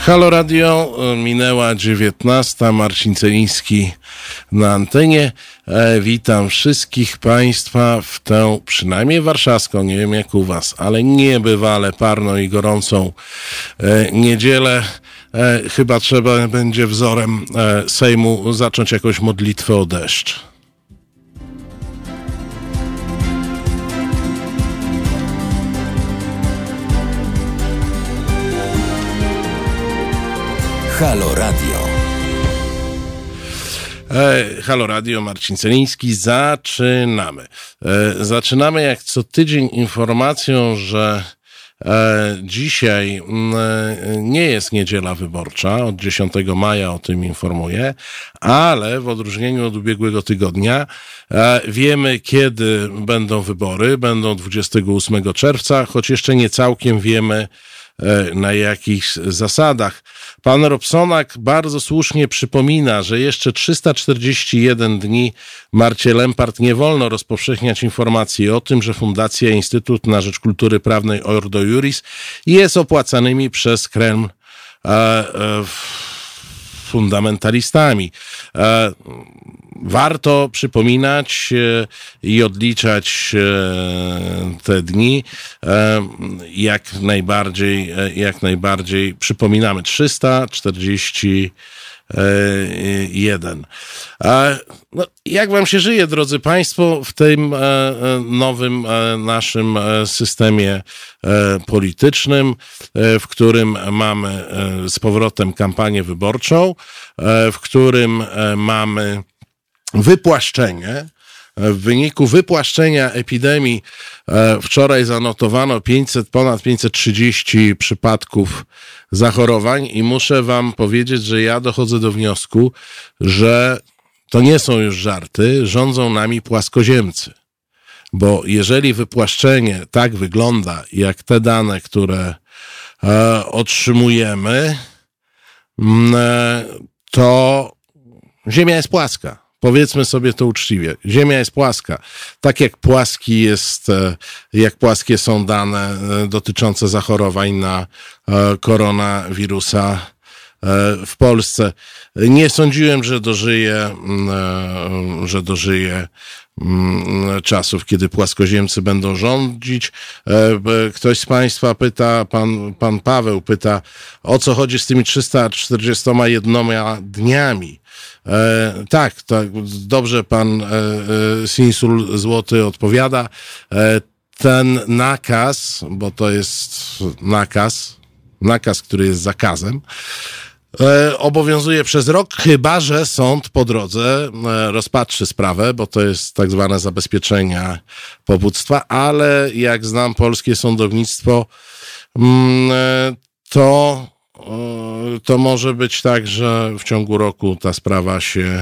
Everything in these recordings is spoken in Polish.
Halo Radio, minęła 19. Marcin Celiński na antenie. Witam wszystkich Państwa w tę, przynajmniej warszawską, nie wiem jak u Was, ale niebywale parną i gorącą niedzielę. Chyba trzeba będzie wzorem Sejmu zacząć jakąś modlitwę o deszcz. Halo Radio. Halo Radio, Marcin Celiński. Zaczynamy. Zaczynamy jak co tydzień informacją, że dzisiaj nie jest niedziela wyborcza, od 10 maja o tym informuję, ale w odróżnieniu od ubiegłego tygodnia wiemy, kiedy będą wybory. Będą 28 czerwca, choć jeszcze nie całkiem wiemy, na jakich zasadach. Pan Robsonak bardzo słusznie przypomina, że jeszcze 341 dni Marcie Lempart nie wolno rozpowszechniać informacji o tym, że Fundacja Instytut na Rzecz Kultury Prawnej Ordo Iuris jest opłacanymi przez Kreml fundamentalistami. Warto przypominać i odliczać te dni. Jak najbardziej przypominamy. 341. No, jak wam się żyje, drodzy Państwo, w tym nowym naszym systemie politycznym, w którym mamy z powrotem kampanię wyborczą, w którym mamy wypłaszczenie. W wyniku wypłaszczenia epidemii wczoraj zanotowano ponad 530 przypadków zachorowań i muszę wam powiedzieć, że ja dochodzę do wniosku, że to nie są już żarty, rządzą nami płaskoziemcy. Bo jeżeli wypłaszczenie tak wygląda, jak te dane, które otrzymujemy, to Ziemia jest płaska. Powiedzmy sobie to uczciwie. Ziemia jest płaska. Tak jak płaskie są dane dotyczące zachorowań na koronawirusa w Polsce. Nie sądziłem, że dożyję czasów, kiedy płaskoziemcy będą rządzić. Ktoś z Państwa pyta, pan Paweł pyta, o co chodzi z tymi 341 dniami. Tak, dobrze pan Sinsul Złoty odpowiada. Ten nakaz, bo to jest nakaz, który jest zakazem, obowiązuje przez rok, chyba że sąd po drodze rozpatrzy sprawę, bo to jest tak zwane zabezpieczenia powództwa, ale jak znam polskie sądownictwo, to może być tak, że w ciągu roku ta sprawa się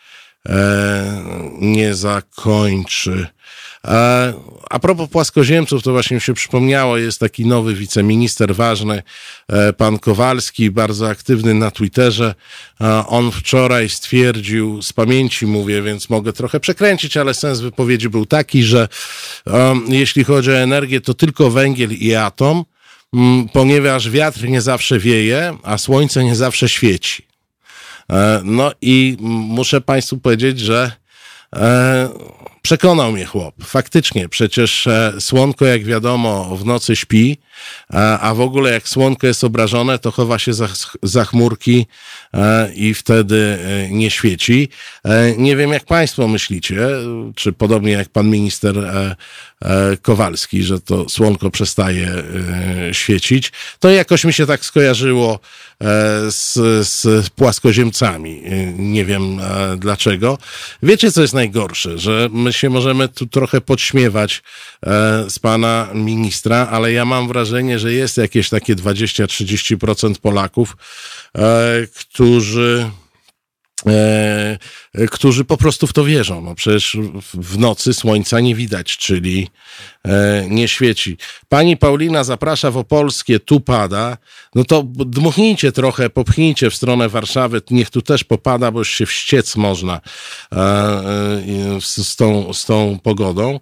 nie zakończy. A propos płaskoziemców, to właśnie mi się przypomniało, jest taki nowy wiceminister ważny, pan Kowalski, bardzo aktywny na Twitterze. On wczoraj stwierdził, z pamięci mówię, więc mogę trochę przekręcić, ale sens wypowiedzi był taki, że jeśli chodzi o energię, to tylko węgiel i atom, ponieważ wiatr nie zawsze wieje, a słońce nie zawsze świeci. No i muszę Państwu powiedzieć, że przekonał mnie chłop. Faktycznie, przecież słonko, jak wiadomo, w nocy śpi, a w ogóle jak słonko jest obrażone, to chowa się za chmurki i wtedy nie świeci. Nie wiem, jak Państwo myślicie, czy podobnie jak pan minister Kowalski, że to słonko przestaje świecić. To jakoś mi się tak skojarzyło z płaskoziemcami. Nie wiem dlaczego. Wiecie, co jest najgorsze? Że my się możemy tu trochę podśmiewać z pana ministra, ale ja mam wrażenie, że jest jakieś takie 20-30% Polaków, którzy którzy po prostu w to wierzą. No przecież w nocy słońca nie widać, czyli nie świeci. Pani Paulina zaprasza w Opolskie, tu pada. No to dmuchnijcie trochę, popchnijcie w stronę Warszawy, niech tu też popada, bo już się wściec można z tą pogodą.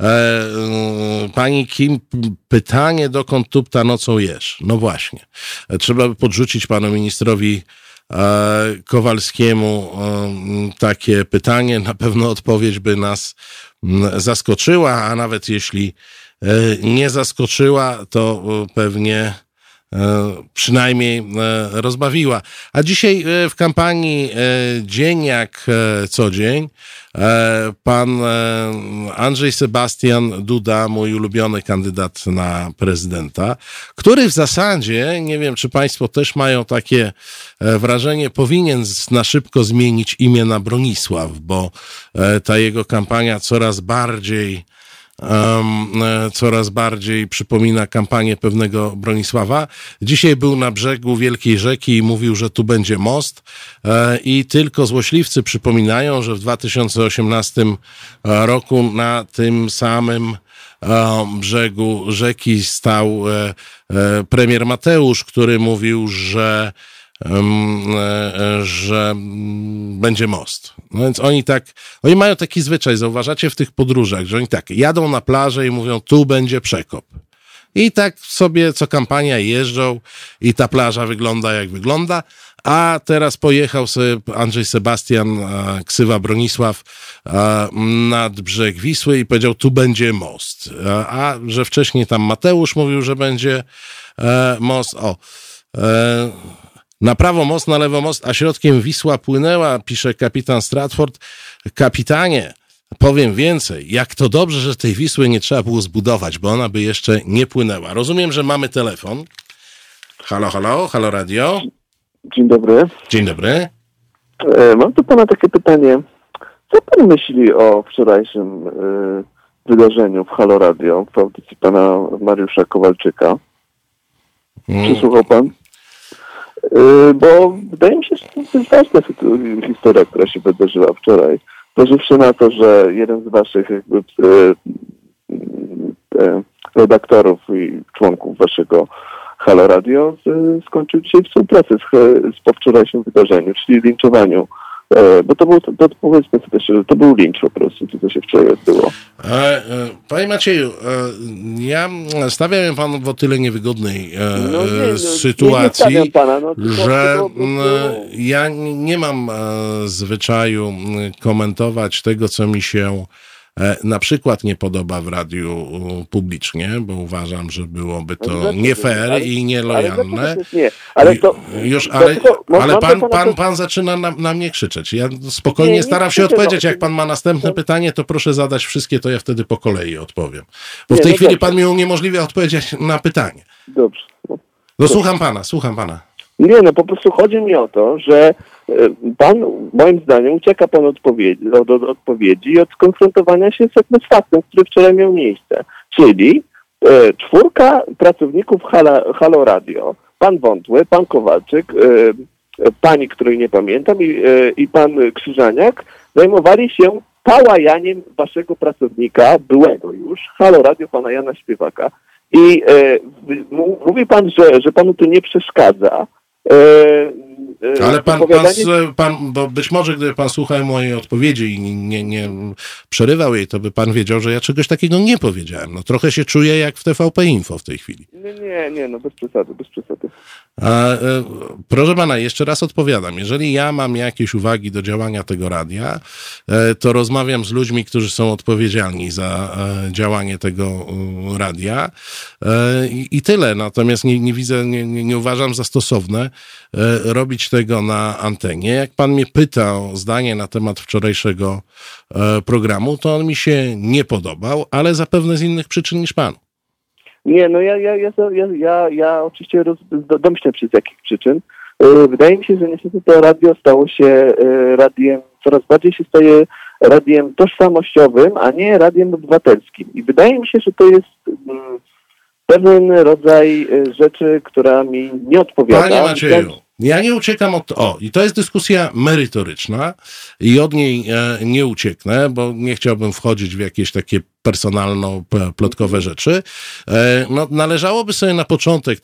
Pani Kim, pytanie, dokąd tupta nocą jesz? No właśnie. Trzeba by podrzucić panu ministrowi Kowalskiemu takie pytanie. Na pewno odpowiedź by nas zaskoczyła, a nawet jeśli nie zaskoczyła, to pewnie przynajmniej rozbawiła. A dzisiaj w kampanii Dzień jak co dzień pan Andrzej Sebastian Duda, mój ulubiony kandydat na prezydenta, który w zasadzie, nie wiem czy państwo też mają takie wrażenie, powinien na szybko zmienić imię na Bronisław, bo ta jego kampania coraz bardziej przypomina kampanię pewnego Bronisława. Dzisiaj był na brzegu wielkiej rzeki i mówił, że tu będzie most i tylko złośliwcy przypominają, że w 2018 roku na tym samym brzegu rzeki stał premier Mateusz, który mówił, że będzie most. No więc oni mają taki zwyczaj, zauważacie w tych podróżach, że oni tak jadą na plażę i mówią, tu będzie przekop. I tak sobie co kampania jeżdżą i ta plaża wygląda jak wygląda, a teraz pojechał sobie Andrzej Sebastian, ksywa Bronisław, nad brzeg Wisły i powiedział, tu będzie most. A że wcześniej tam Mateusz mówił, że będzie most. Na prawo most, na lewo most, a środkiem Wisła płynęła, pisze kapitan Stratford. Kapitanie, powiem więcej, jak to dobrze, że tej Wisły nie trzeba było zbudować, bo ona by jeszcze nie płynęła. Rozumiem, że mamy telefon. Halo radio. Dzień dobry. Dzień dobry. Mam do pana takie pytanie. Co pan myśli o wczorajszym wydarzeniu w Halo Radio, w audycji pana Mariusza Kowalczyka? Przysłuchał pan? Bo wydaje mi się, że to jest ważna historia, która się wydarzyła wczoraj. Zważywszy na to, że jeden z waszych redaktorów i członków waszego Halo Radio skończył dzisiaj współpracę z po wczorajszym wydarzeniu, czyli linczowaniu. Bo powiedzmy sobie szczerze, to był lincz po prostu, to co się wczoraj odbyło. Panie Macieju, ja stawiam pan w o tyle niewygodnej sytuacji, nie pana, że ja nie mam zwyczaju komentować tego, co mi się na przykład nie podoba w radiu publicznie, bo uważam, że byłoby to nie fair i nielojalne. Ale pan zaczyna na mnie krzyczeć. Ja spokojnie staram się odpowiedzieć. Jak pan ma następne pytanie, to proszę zadać wszystkie, to ja wtedy po kolei odpowiem. Bo w tej chwili pan mi uniemożliwia odpowiedzieć na pytanie. Dobrze. No słucham pana. Nie, po prostu chodzi mi o to, że pan, moim zdaniem, ucieka pan od odpowiedzi i od skonfrontowania się z faktem, który wczoraj miał miejsce. Czyli 4 pracowników Halo Radio, pan Wątły, pan Kowalczyk, pani, której nie pamiętam, i pan Krzyżaniak, zajmowali się pałajaniem waszego pracownika, byłego już, Halo Radio, pana Jana Śpiewaka. I mówi pan, że panu to nie przeszkadza. Ale pan, bo być może gdyby pan słuchał mojej odpowiedzi i nie przerywał jej, to by pan wiedział, że ja czegoś takiego nie powiedziałem. No trochę się czuję jak w TVP Info w tej chwili. Nie, bez przesady. Proszę pana, jeszcze raz odpowiadam. Jeżeli ja mam jakieś uwagi do działania tego radia, to rozmawiam z ludźmi, którzy są odpowiedzialni za działanie tego radia i tyle. Natomiast nie widzę, nie uważam za stosowne robić tego na antenie. Jak pan mnie pyta o zdanie na temat wczorajszego programu, to on mi się nie podobał, ale zapewne z innych przyczyn niż panu. Nie, ja oczywiście domyślam się z jakich przyczyn. Wydaje mi się, że niestety to radio stało się radiem, coraz bardziej się staje radiem tożsamościowym, a nie radiem obywatelskim. I wydaje mi się, że to jest pewien rodzaj rzeczy, która mi nie odpowiada. Panie Macieju, Ja nie uciekam od... i to jest dyskusja merytoryczna i od niej nie ucieknę, bo nie chciałbym wchodzić w jakieś takie personalno-plotkowe rzeczy. No, należałoby sobie na początek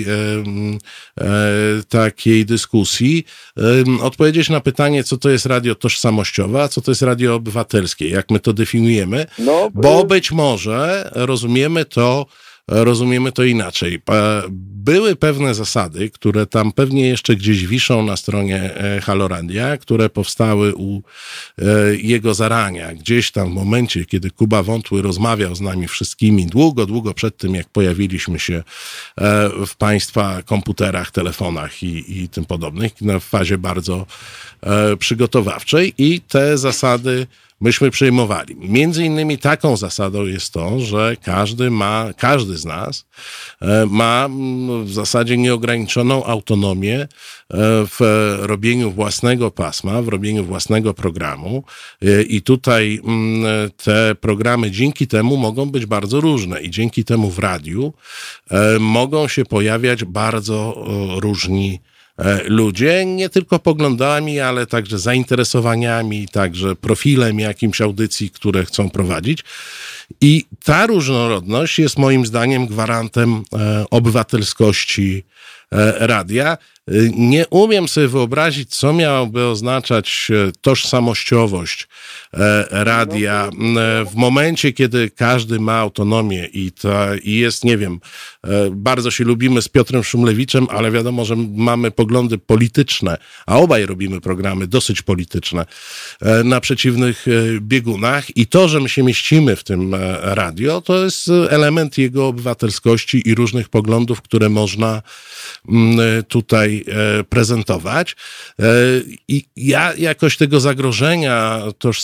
takiej dyskusji odpowiedzieć na pytanie, co to jest radio tożsamościowe, a co to jest radio obywatelskie, jak my to definiujemy, bo być może rozumiemy to inaczej. Były pewne zasady, które tam pewnie jeszcze gdzieś wiszą na stronie Halo Radia, które powstały u jego zarania. Gdzieś tam w momencie, kiedy Kuba Wątły rozmawiał z nami wszystkimi długo przed tym, jak pojawiliśmy się w państwa komputerach, telefonach i tym podobnych, w fazie bardzo przygotowawczej i te zasady myśmy przyjmowali. Między innymi taką zasadą jest to, że każdy z nas ma w zasadzie nieograniczoną autonomię w robieniu własnego pasma, w robieniu własnego programu i tutaj te programy dzięki temu mogą być bardzo różne i dzięki temu w radiu mogą się pojawiać bardzo różni ludzie, nie tylko poglądami, ale także zainteresowaniami, także profilem jakimś audycji, które chcą prowadzić. I ta różnorodność jest moim zdaniem gwarantem obywatelskości radia. Nie umiem sobie wyobrazić, co miałoby oznaczać tożsamościowość radia w momencie, kiedy każdy ma autonomię i jest, nie wiem, bardzo się lubimy z Piotrem Szumlewiczem, ale wiadomo, że mamy poglądy polityczne, a obaj robimy programy dosyć polityczne na przeciwnych biegunach i to, że my się mieścimy w tym radio, to jest element jego obywatelskości i różnych poglądów, które można tutaj prezentować. I ja jakoś tego zagrożenia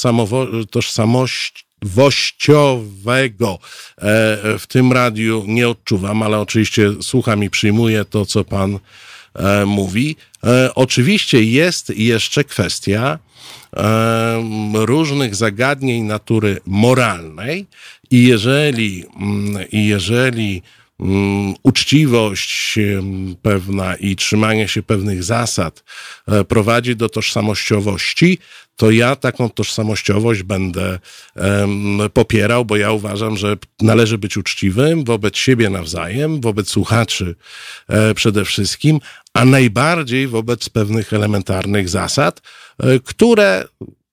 tożsamościowego w tym radiu nie odczuwam, ale oczywiście słucham i przyjmuję to, co pan mówi. Oczywiście jest jeszcze kwestia różnych zagadnień natury moralnej i jeżeli uczciwość pewna i trzymanie się pewnych zasad prowadzi do tożsamościowości, to ja taką tożsamościowość będę popierał, bo ja uważam, że należy być uczciwym wobec siebie nawzajem, wobec słuchaczy przede wszystkim, a najbardziej wobec pewnych elementarnych zasad, które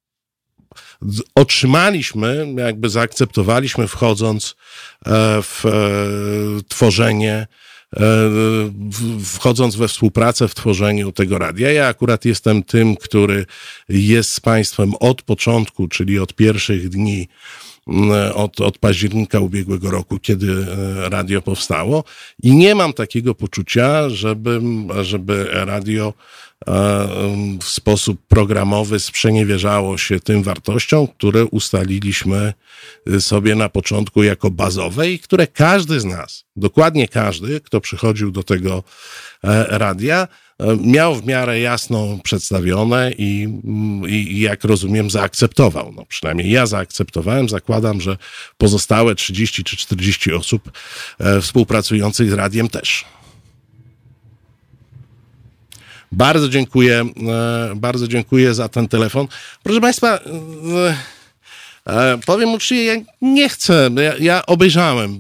otrzymaliśmy, jakby zaakceptowaliśmy wchodząc w tworzenie, wchodząc we współpracę w tworzeniu tego radia. Ja akurat jestem tym, który jest z państwem od początku, czyli od pierwszych dni, od października ubiegłego roku, kiedy radio powstało i nie mam takiego poczucia, żeby radio w sposób programowy sprzeniewierzało się tym wartościom, które ustaliliśmy sobie na początku jako bazowe i które każdy z nas, dokładnie każdy, kto przychodził do tego radia, miał w miarę jasno przedstawione i jak rozumiem zaakceptował. No, przynajmniej ja zaakceptowałem. Zakładam, że pozostałe 30 czy 40 osób współpracujących z radiem też. Bardzo dziękuję za ten telefon. Proszę Państwa, powiem uczciwie, ja nie chcę, ja obejrzałem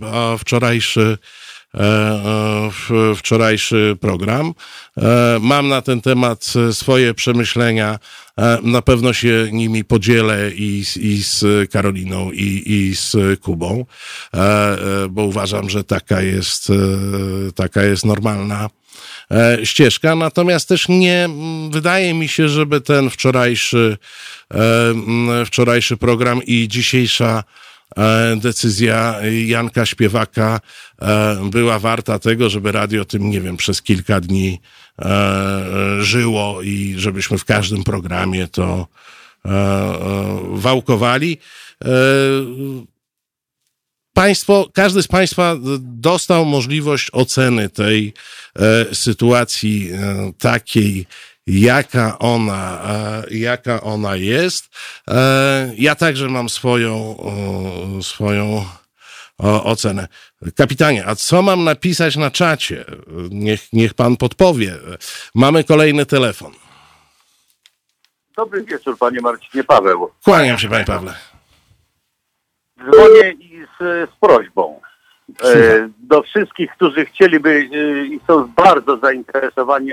wczorajszy program. Mam na ten temat swoje przemyślenia. Na pewno się nimi podzielę i z Karoliną, i z Kubą, bo uważam, że taka jest normalna ścieżka, natomiast też nie wydaje mi się, żeby ten wczorajszy program i dzisiejsza decyzja Janka Śpiewaka była warta tego, żeby radio tym, nie wiem, przez kilka dni żyło i żebyśmy w każdym programie to wałkowali. Każdy z Państwa dostał możliwość oceny tej sytuacji takiej, jaka ona jest. Ja także mam swoją ocenę. Kapitanie, a co mam napisać na czacie? Niech pan podpowie. Mamy kolejny telefon. Dobry wieczór, panie Marcinie. Paweł. Kłaniam się, panie Pawle. Dzwonię z prośbą do wszystkich, którzy chcieliby i są bardzo zainteresowani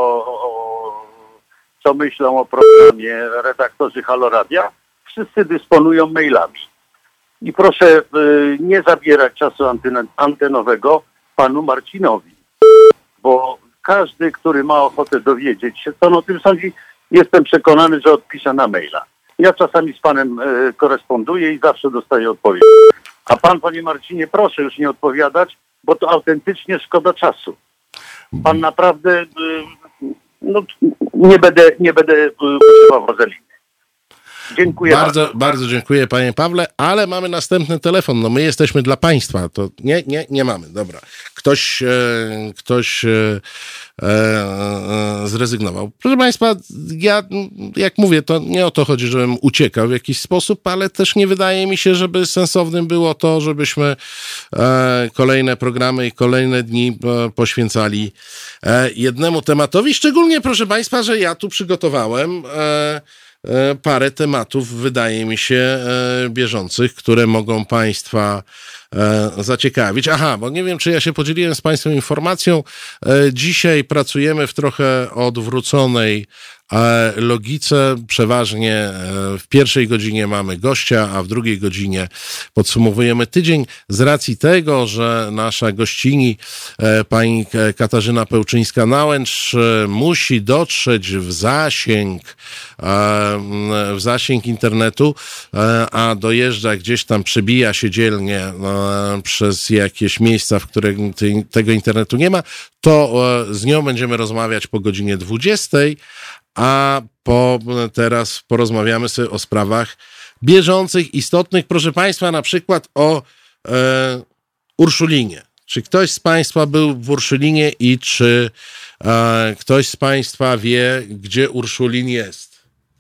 co myślą o programie redaktorzy Halo Radia. Wszyscy dysponują mailami. I proszę nie zabierać czasu antenowego panu Marcinowi, bo każdy, który ma ochotę dowiedzieć się, co on o tym sądzi, jestem przekonany, że odpisze na maila. Ja czasami z panem koresponduję i zawsze dostaję odpowiedź. A pan, panie Marcinie, proszę już nie odpowiadać, bo to autentycznie szkoda czasu. Pan naprawdę, nie będę używał wazeliny. Dziękuję bardzo. Bardzo dziękuję, panie Pawle, ale mamy następny telefon. No my jesteśmy dla państwa. To nie mamy. Dobra. Ktoś zrezygnował. Proszę państwa, ja, jak mówię, to nie o to chodzi, żebym uciekał w jakiś sposób, ale też nie wydaje mi się, żeby sensownym było to, żebyśmy kolejne programy i kolejne dni poświęcali jednemu tematowi. Szczególnie, proszę państwa, że ja tu przygotowałem parę tematów, wydaje mi się, bieżących, które mogą państwa zaciekawić. Aha, bo nie wiem, czy ja się podzieliłem z państwem informacją. Dzisiaj pracujemy w trochę odwróconej logice. Przeważnie w pierwszej godzinie mamy gościa, a w drugiej godzinie podsumowujemy tydzień. Z racji tego, że nasza gościni, pani Katarzyna Pełczyńska-Nałęcz, musi dotrzeć w zasięg internetu, a dojeżdża gdzieś tam, przebija się dzielnie przez jakieś miejsca, w których tego internetu nie ma, to z nią będziemy rozmawiać po godzinie 20, a teraz porozmawiamy sobie o sprawach bieżących, istotnych. Proszę państwa, na przykład o Urszulinie. Czy ktoś z państwa był w Urszulinie i czy ktoś z państwa wie, gdzie Urszulin jest?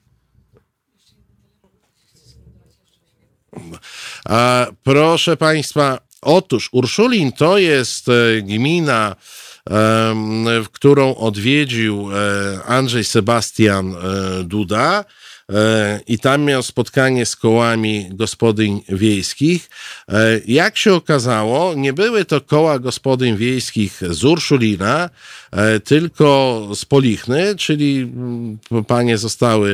Proszę państwa, otóż Urszulin to jest gmina, w którą odwiedził Andrzej Sebastian Duda i tam miał spotkanie z kołami gospodyń wiejskich. Jak się okazało, nie były to koła gospodyń wiejskich z Urszulina, tylko z Polichny, czyli panie zostały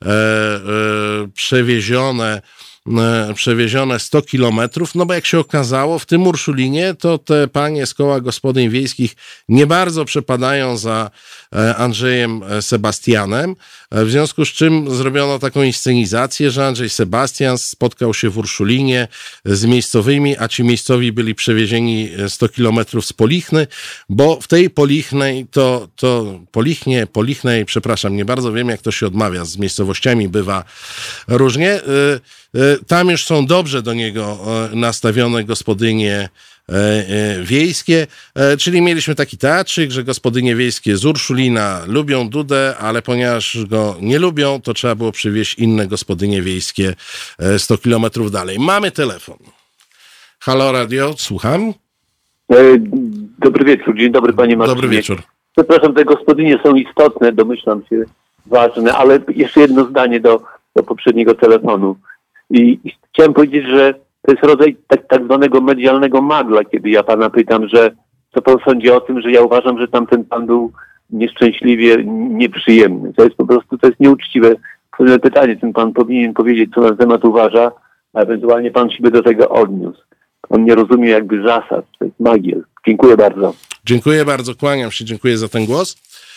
przewiezione 100 kilometrów, no bo jak się okazało, w tym Urszulinie to te panie z koła gospodyń wiejskich nie bardzo przepadają za Andrzejem Sebastianem, w związku z czym zrobiono taką inscenizację, że Andrzej Sebastian spotkał się w Urszulinie z miejscowymi, a ci miejscowi byli przewiezieni 100 kilometrów z Polichny, bo w tej Polichnej Polichnej, przepraszam, nie bardzo wiem, jak to się odmawia, z miejscowościami bywa różnie. Tam już są dobrze do niego nastawione gospodynie wiejskie, czyli mieliśmy taki teatrzyk, że gospodynie wiejskie z Urszulina lubią Dudę, ale ponieważ go nie lubią, to trzeba było przywieźć inne gospodynie wiejskie 100 kilometrów dalej. Mamy telefon. Halo Radio, słucham. Dobry wieczór, dzień dobry panie Marcinie. Dobry wieczór. Przepraszam, te gospodynie są istotne, domyślam się, ważne, ale jeszcze jedno zdanie do poprzedniego telefonu. I chciałem powiedzieć, że to jest rodzaj tak zwanego medialnego magla, kiedy ja pana pytam, że co pan sądzi o tym, że ja uważam, że tamten pan był nieszczęśliwie nieprzyjemny. To jest po prostu, to jest nieuczciwe pytanie. Ten pan powinien powiedzieć, co na temat uważa, a ewentualnie pan się by do tego odniósł. On nie rozumie jakby zasad. To jest magia. Dziękuję bardzo. Dziękuję bardzo, kłaniam się, dziękuję za ten głos.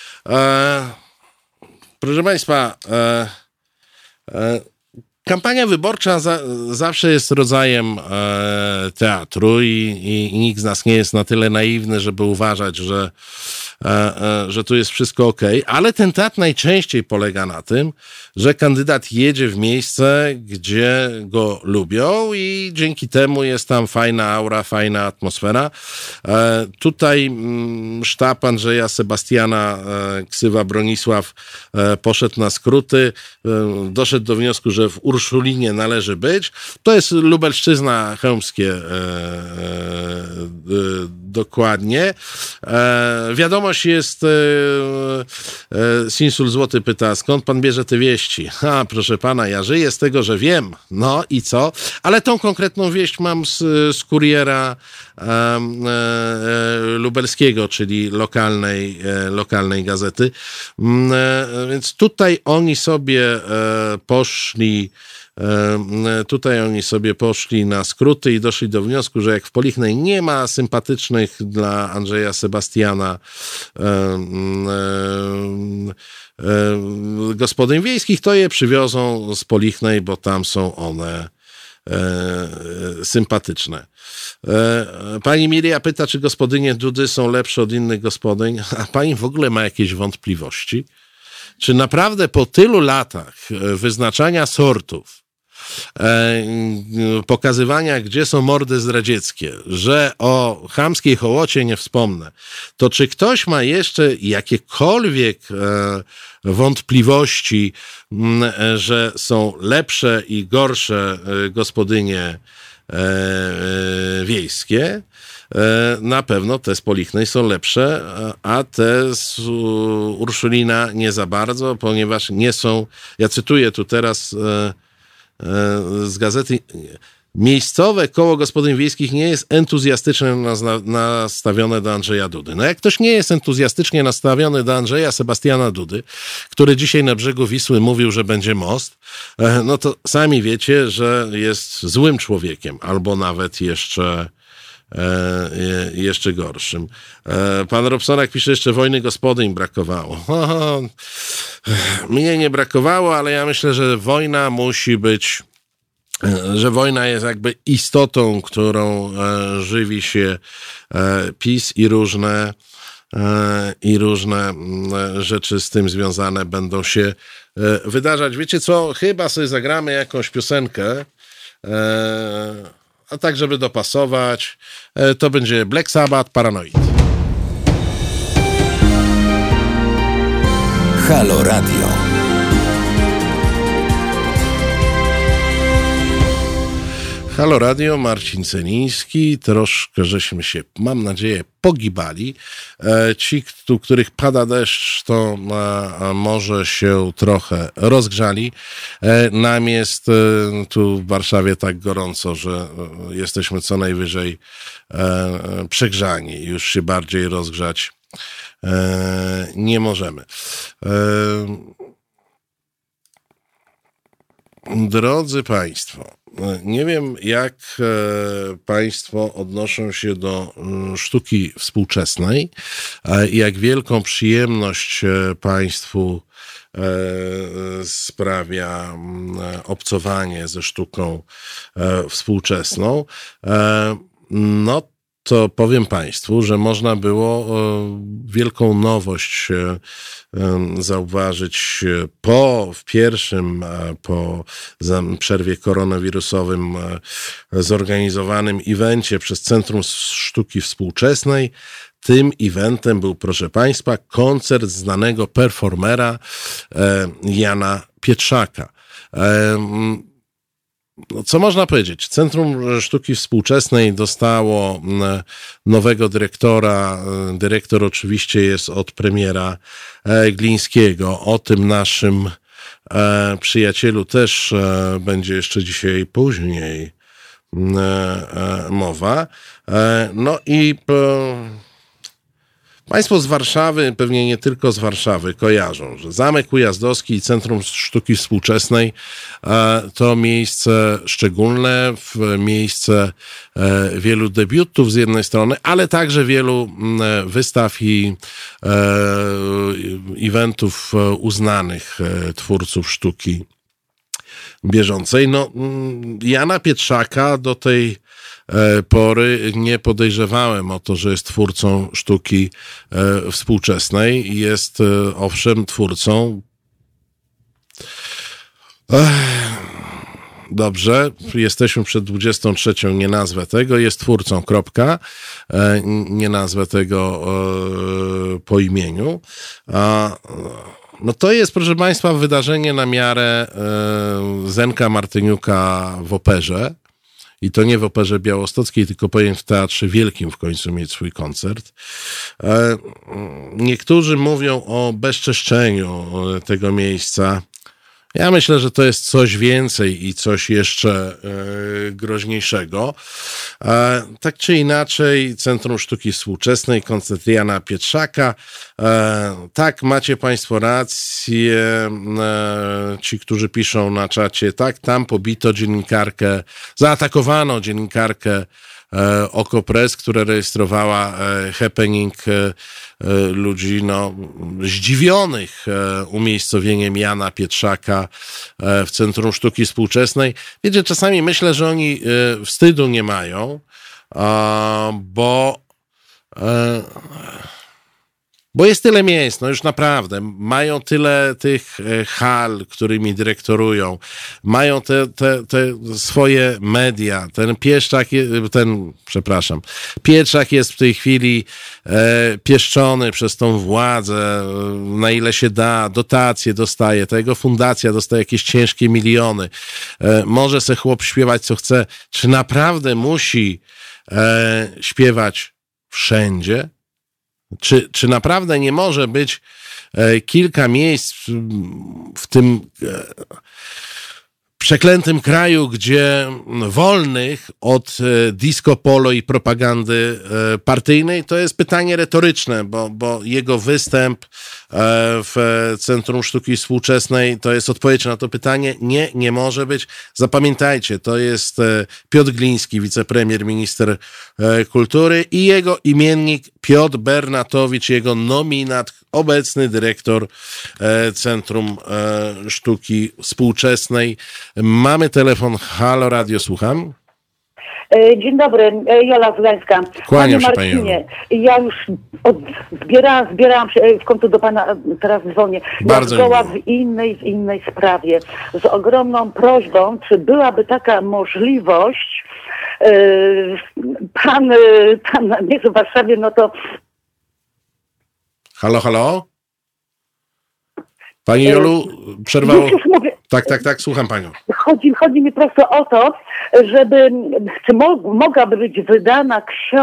Proszę państwa, kampania wyborcza zawsze jest rodzajem teatru i nikt z nas nie jest na tyle naiwny, żeby uważać, że że tu jest wszystko okej, ale ten teatr najczęściej polega na tym, że kandydat jedzie w miejsce, gdzie go lubią i dzięki temu jest tam fajna aura, fajna atmosfera. Tutaj sztab Andrzeja Sebastiana, ksywa Bronisław, poszedł na skróty, doszedł do wniosku, że w Urszulinie należy być. To jest Lubelszczyzna, chełmskie dokładnie. Wiadomość jest, Sinsul Złoty pyta, skąd pan bierze te wieści? Proszę pana, ja żyję z tego, że wiem. No i co? Ale tą konkretną wieść mam z kuriera lubelskiego, czyli lokalnej gazety. Więc tutaj oni sobie poszli na skróty i doszli do wniosku, że jak w Polichnej nie ma sympatycznych dla Andrzeja Sebastiana gospodyń wiejskich, to je przywiozą z Polichnej, bo tam są one sympatyczne. Pani Miria pyta, czy gospodynie Dudy są lepsze od innych gospodyń, a pani w ogóle ma jakieś wątpliwości? Czy naprawdę po tylu latach wyznaczania sortów, pokazywania, gdzie są mordy zdradzieckie, że o chamskiej hołocie nie wspomnę, to czy ktoś ma jeszcze jakiekolwiek wątpliwości, że są lepsze i gorsze gospodynie wiejskie? Na pewno te z Polichnej są lepsze, a te z Urszulina nie za bardzo, ponieważ nie są, ja cytuję tu teraz z gazety, miejscowe koło gospodyń wiejskich nie jest entuzjastycznie nastawione do Andrzeja Dudy. No jak ktoś nie jest entuzjastycznie nastawiony do Andrzeja Sebastiana Dudy, który dzisiaj na brzegu Wisły mówił, że będzie most, no to sami wiecie, że jest złym człowiekiem, albo nawet jeszcze gorszym. Pan Robsonak pisze, jeszcze wojny gospodyń brakowało. Mnie nie brakowało, ale ja myślę, że wojna musi być, że wojna jest jakby istotą, którą żywi się PiS i różne rzeczy z tym związane będą się wydarzać. Wiecie co? Chyba sobie zagramy jakąś piosenkę, a tak, żeby dopasować, to będzie Black Sabbath, Paranoid. Halo Radio. Halo Radio, Marcin Celiński. Troszkę żeśmy się, mam nadzieję, pogibali. Ci, których pada deszcz, to może się trochę rozgrzali. Nam jest tu w Warszawie tak gorąco, że jesteśmy co najwyżej przegrzani. Już się bardziej rozgrzać nie możemy. Drodzy Państwo, nie wiem, jak Państwo odnoszą się do sztuki współczesnej, jak wielką przyjemność Państwu sprawia obcowanie ze sztuką współczesną. No to powiem Państwu, że można było wielką nowość zauważyć po przerwie koronawirusowym zorganizowanym evencie przez Centrum Sztuki Współczesnej. Tym eventem był, proszę Państwa, koncert znanego performera Jana Pietrzaka. No, co można powiedzieć? Centrum Sztuki Współczesnej dostało nowego dyrektora. Dyrektor oczywiście jest od premiera Glińskiego. O tym naszym przyjacielu też będzie jeszcze dzisiaj później mowa. No i Państwo z Warszawy, pewnie nie tylko z Warszawy, kojarzą, że Zamek Ujazdowski i Centrum Sztuki Współczesnej to miejsce szczególne, miejsce wielu debiutów z jednej strony, ale także wielu wystaw i eventów uznanych twórców sztuki bieżącej. No, Jana Pietrzaka do tej pory nie podejrzewałem o to, że jest twórcą sztuki współczesnej. Jest owszem twórcą. Dobrze, jesteśmy przed 23, nie nazwę tego, jest twórcą, kropka, nie nazwę tego po imieniu. No to jest, proszę Państwa, wydarzenie na miarę Zenka Martyniuka w operze. I to nie w Operze Białostockiej, tylko powinien w Teatrze Wielkim w końcu mieć swój koncert. Niektórzy mówią o bezczeszczeniu tego miejsca. Ja myślę, że to jest coś więcej i coś jeszcze groźniejszego. Tak czy inaczej, Centrum Sztuki Współczesnej, koncert Jana Pietrzaka. Tak, macie Państwo rację, ci, którzy piszą na czacie, tak, tam pobito dziennikarkę, zaatakowano dziennikarkę Okopres, która rejestrowała happening ludzi zdziwionych umiejscowieniem Jana Pietrzaka w Centrum Sztuki Współczesnej. Wiecie, czasami myślę, że oni wstydu nie mają, bo jest tyle miejsc, już naprawdę, mają tyle tych hal, którymi dyrektorują, mają te swoje media, Pietrzak jest w tej chwili pieszczony przez tą władzę, na ile się da, dotacje dostaje, ta jego fundacja dostaje jakieś ciężkie miliony, może se chłop śpiewać co chce, czy naprawdę musi śpiewać wszędzie? Czy naprawdę nie może być kilka miejsc w tym przeklętym kraju, gdzie wolnych od disco polo i propagandy partyjnej? To jest pytanie retoryczne, bo jego występ w Centrum Sztuki Współczesnej to jest odpowiedź na to pytanie. Nie może być. Zapamiętajcie, to jest Piotr Gliński, wicepremier, minister kultury i jego imiennik Piotr Bernatowicz, jego nominat, obecny dyrektor Centrum Sztuki Współczesnej. Mamy telefon. Halo Radio, słucham. Dzień dobry, Jola Zulańska. Kłaniam się, Panie Marcinie, ja już zbierałam się, w końcu do Pana teraz dzwonię. Bardzo ja w innej sprawie. Z ogromną prośbą, czy byłaby taka możliwość, pan jest w Warszawie, no to... Halo? Pani Jolu, przerwało... Już mówię. Tak, słucham Panią. Chodzi mi prosto o to, czy mogłaby być wydana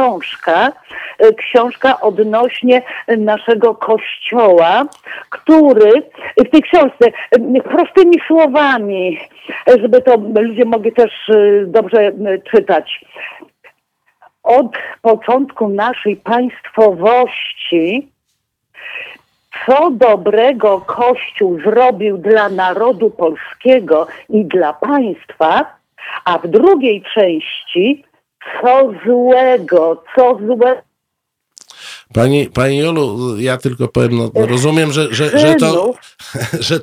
książka odnośnie naszego Kościoła, który w tej książce prostymi słowami, żeby to ludzie mogli też dobrze czytać. Od początku naszej państwowości, co dobrego Kościół zrobił dla narodu polskiego i dla państwa, a w drugiej części co złego. Pani Jolu, ja tylko powiem, rozumiem, że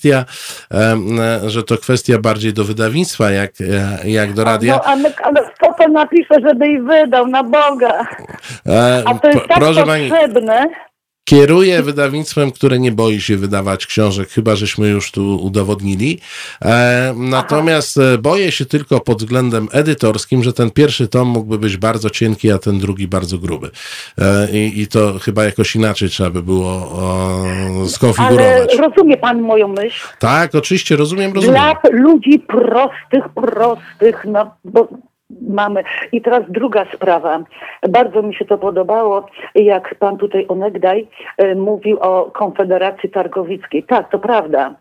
to kwestia bardziej do wydawnictwa, jak do radia. Ale kto to napisze, żeby ich wydał, na Boga? A to jest tak potrzebne. Kieruję wydawnictwem, które nie boi się wydawać książek, chyba żeśmy już tu udowodnili. Natomiast boję się tylko pod względem edytorskim, że ten pierwszy tom mógłby być bardzo cienki, a ten drugi bardzo gruby. I to chyba jakoś inaczej trzeba by było skonfigurować. Ale rozumie pan moją myśl? Tak, oczywiście, rozumiem. Dla ludzi prostych, bo mamy. I teraz druga sprawa. Bardzo mi się to podobało, jak pan tutaj onegdaj mówił o Konfederacji Targowickiej. Tak, to prawda.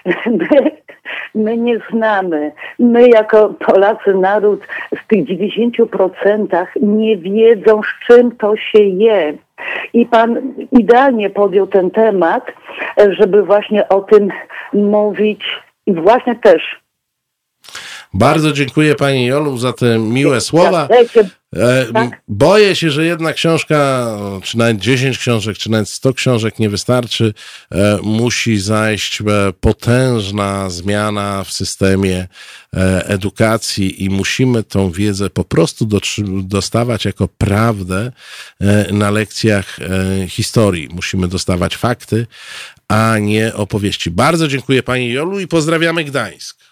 My nie znamy. My jako Polacy, naród w tych 90% nie wiedzą, z czym to się je. I pan idealnie podjął ten temat, żeby właśnie o tym mówić i właśnie też. Bardzo dziękuję Pani Jolu za te miłe słowa. Tak? Boję się, że jedna książka, czy nawet 10 książek, czy nawet 100 książek nie wystarczy. Musi zajść potężna zmiana w systemie edukacji i musimy tą wiedzę po prostu dostawać jako prawdę na lekcjach historii. Musimy dostawać fakty, a nie opowieści. Bardzo dziękuję pani Jolu i pozdrawiamy Gdańsk.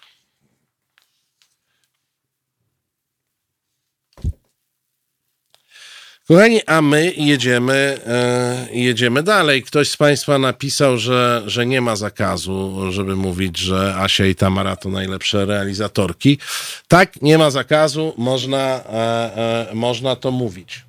Kochani, a my jedziemy dalej. Ktoś z państwa napisał, że nie ma zakazu, żeby mówić, że Asia i Tamara to najlepsze realizatorki. Tak, nie ma zakazu, można to mówić.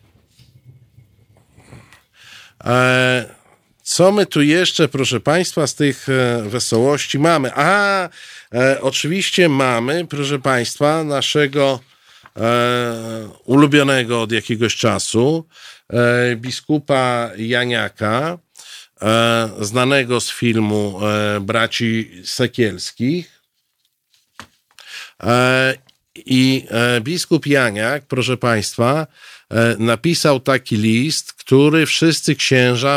Co my tu jeszcze, proszę państwa, z tych wesołości mamy? Oczywiście mamy, proszę państwa, naszego ulubionego od jakiegoś czasu biskupa Janiaka, znanego z filmu Braci Sekielskich. I biskup Janiak, proszę państwa, napisał taki list, którzy wszyscy księża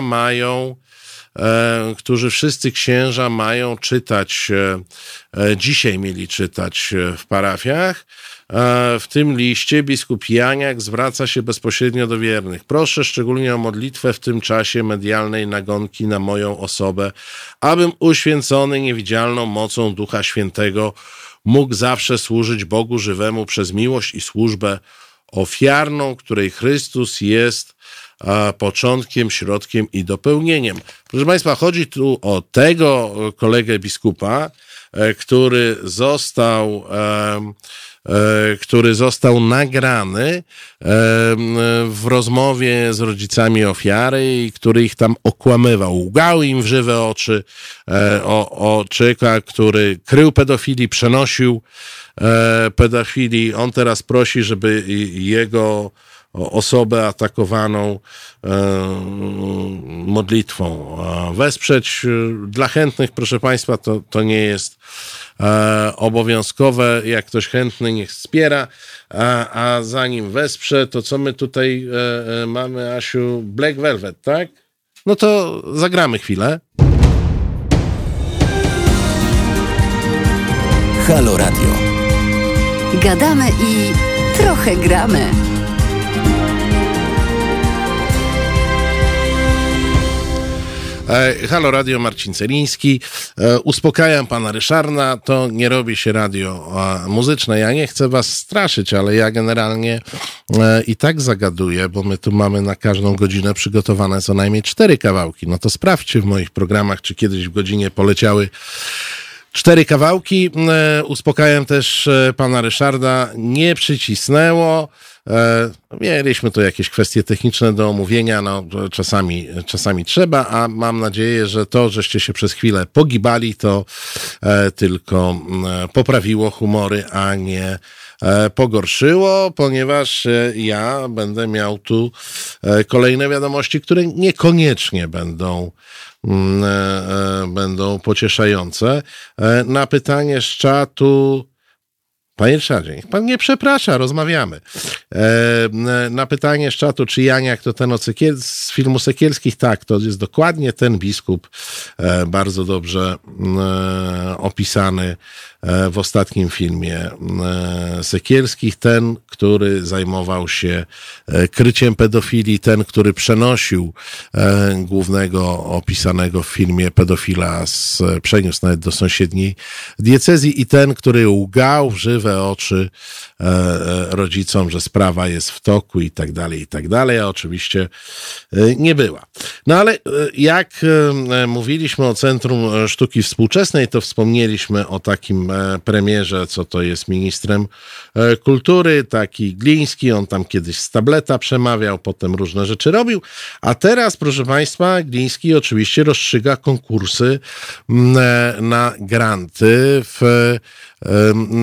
mają czytać, dzisiaj mieli czytać w parafiach. W tym liście biskup Janiak zwraca się bezpośrednio do wiernych. Proszę szczególnie o modlitwę w tym czasie medialnej nagonki na moją osobę, abym uświęcony niewidzialną mocą Ducha Świętego mógł zawsze służyć Bogu żywemu przez miłość i służbę ofiarną, której Chrystus jest początkiem, środkiem i dopełnieniem. Proszę państwa, chodzi tu o tego kolegę biskupa, który został nagrany w rozmowie z rodzicami ofiary i który ich tam okłamywał. Łgał im w żywe oczy o człowieka, który krył pedofilii, przenosił pedofilii. On teraz prosi, żeby jego osobę atakowaną modlitwą wesprzeć. Dla chętnych, proszę państwa, to nie jest obowiązkowe. Jak ktoś chętny, niech wspiera, a zanim wesprze, to co my tutaj mamy, Asiu? Black Velvet, tak? No to zagramy chwilę. Halo Radio. Gadamy i trochę gramy. Halo Radio, Marcin Celiński. Uspokajam pana Ryszarda, to nie robi się radio muzyczne. Ja nie chcę was straszyć, ale ja generalnie i tak zagaduję, bo my tu mamy na każdą godzinę przygotowane co najmniej 4 kawałki. No to sprawdźcie w moich programach, czy kiedyś w godzinie poleciały 4 kawałki. Uspokajam też pana Ryszarda, nie przycisnęło. Mieliśmy tu jakieś kwestie techniczne do omówienia, no czasami trzeba, a mam nadzieję, że to, żeście się przez chwilę pogibali, to tylko poprawiło humory, a nie pogorszyło, ponieważ ja będę miał tu kolejne wiadomości, które niekoniecznie będą pocieszające. Na pytanie z czatu, panie Ryszardzie, niech pan nie przeprasza, rozmawiamy. Na pytanie z czatu, czy Janiak to ten z filmu Sekielskich? Tak, to jest dokładnie ten biskup, bardzo dobrze opisany w ostatnim filmie Sekielskich. Ten, który zajmował się kryciem pedofilii, ten, który przenosił głównego opisanego w filmie pedofila, przeniósł nawet do sąsiedniej diecezji, i ten, który łgał w żywe oczy rodzicom, że sprawa jest w toku i tak dalej, a oczywiście nie była. No ale jak mówiliśmy o Centrum Sztuki Współczesnej, to wspomnieliśmy o takim premierze, co to jest ministrem kultury, taki Gliński, on tam kiedyś z tableta przemawiał, potem różne rzeczy robił, a teraz, proszę państwa, Gliński oczywiście rozstrzyga konkursy na granty w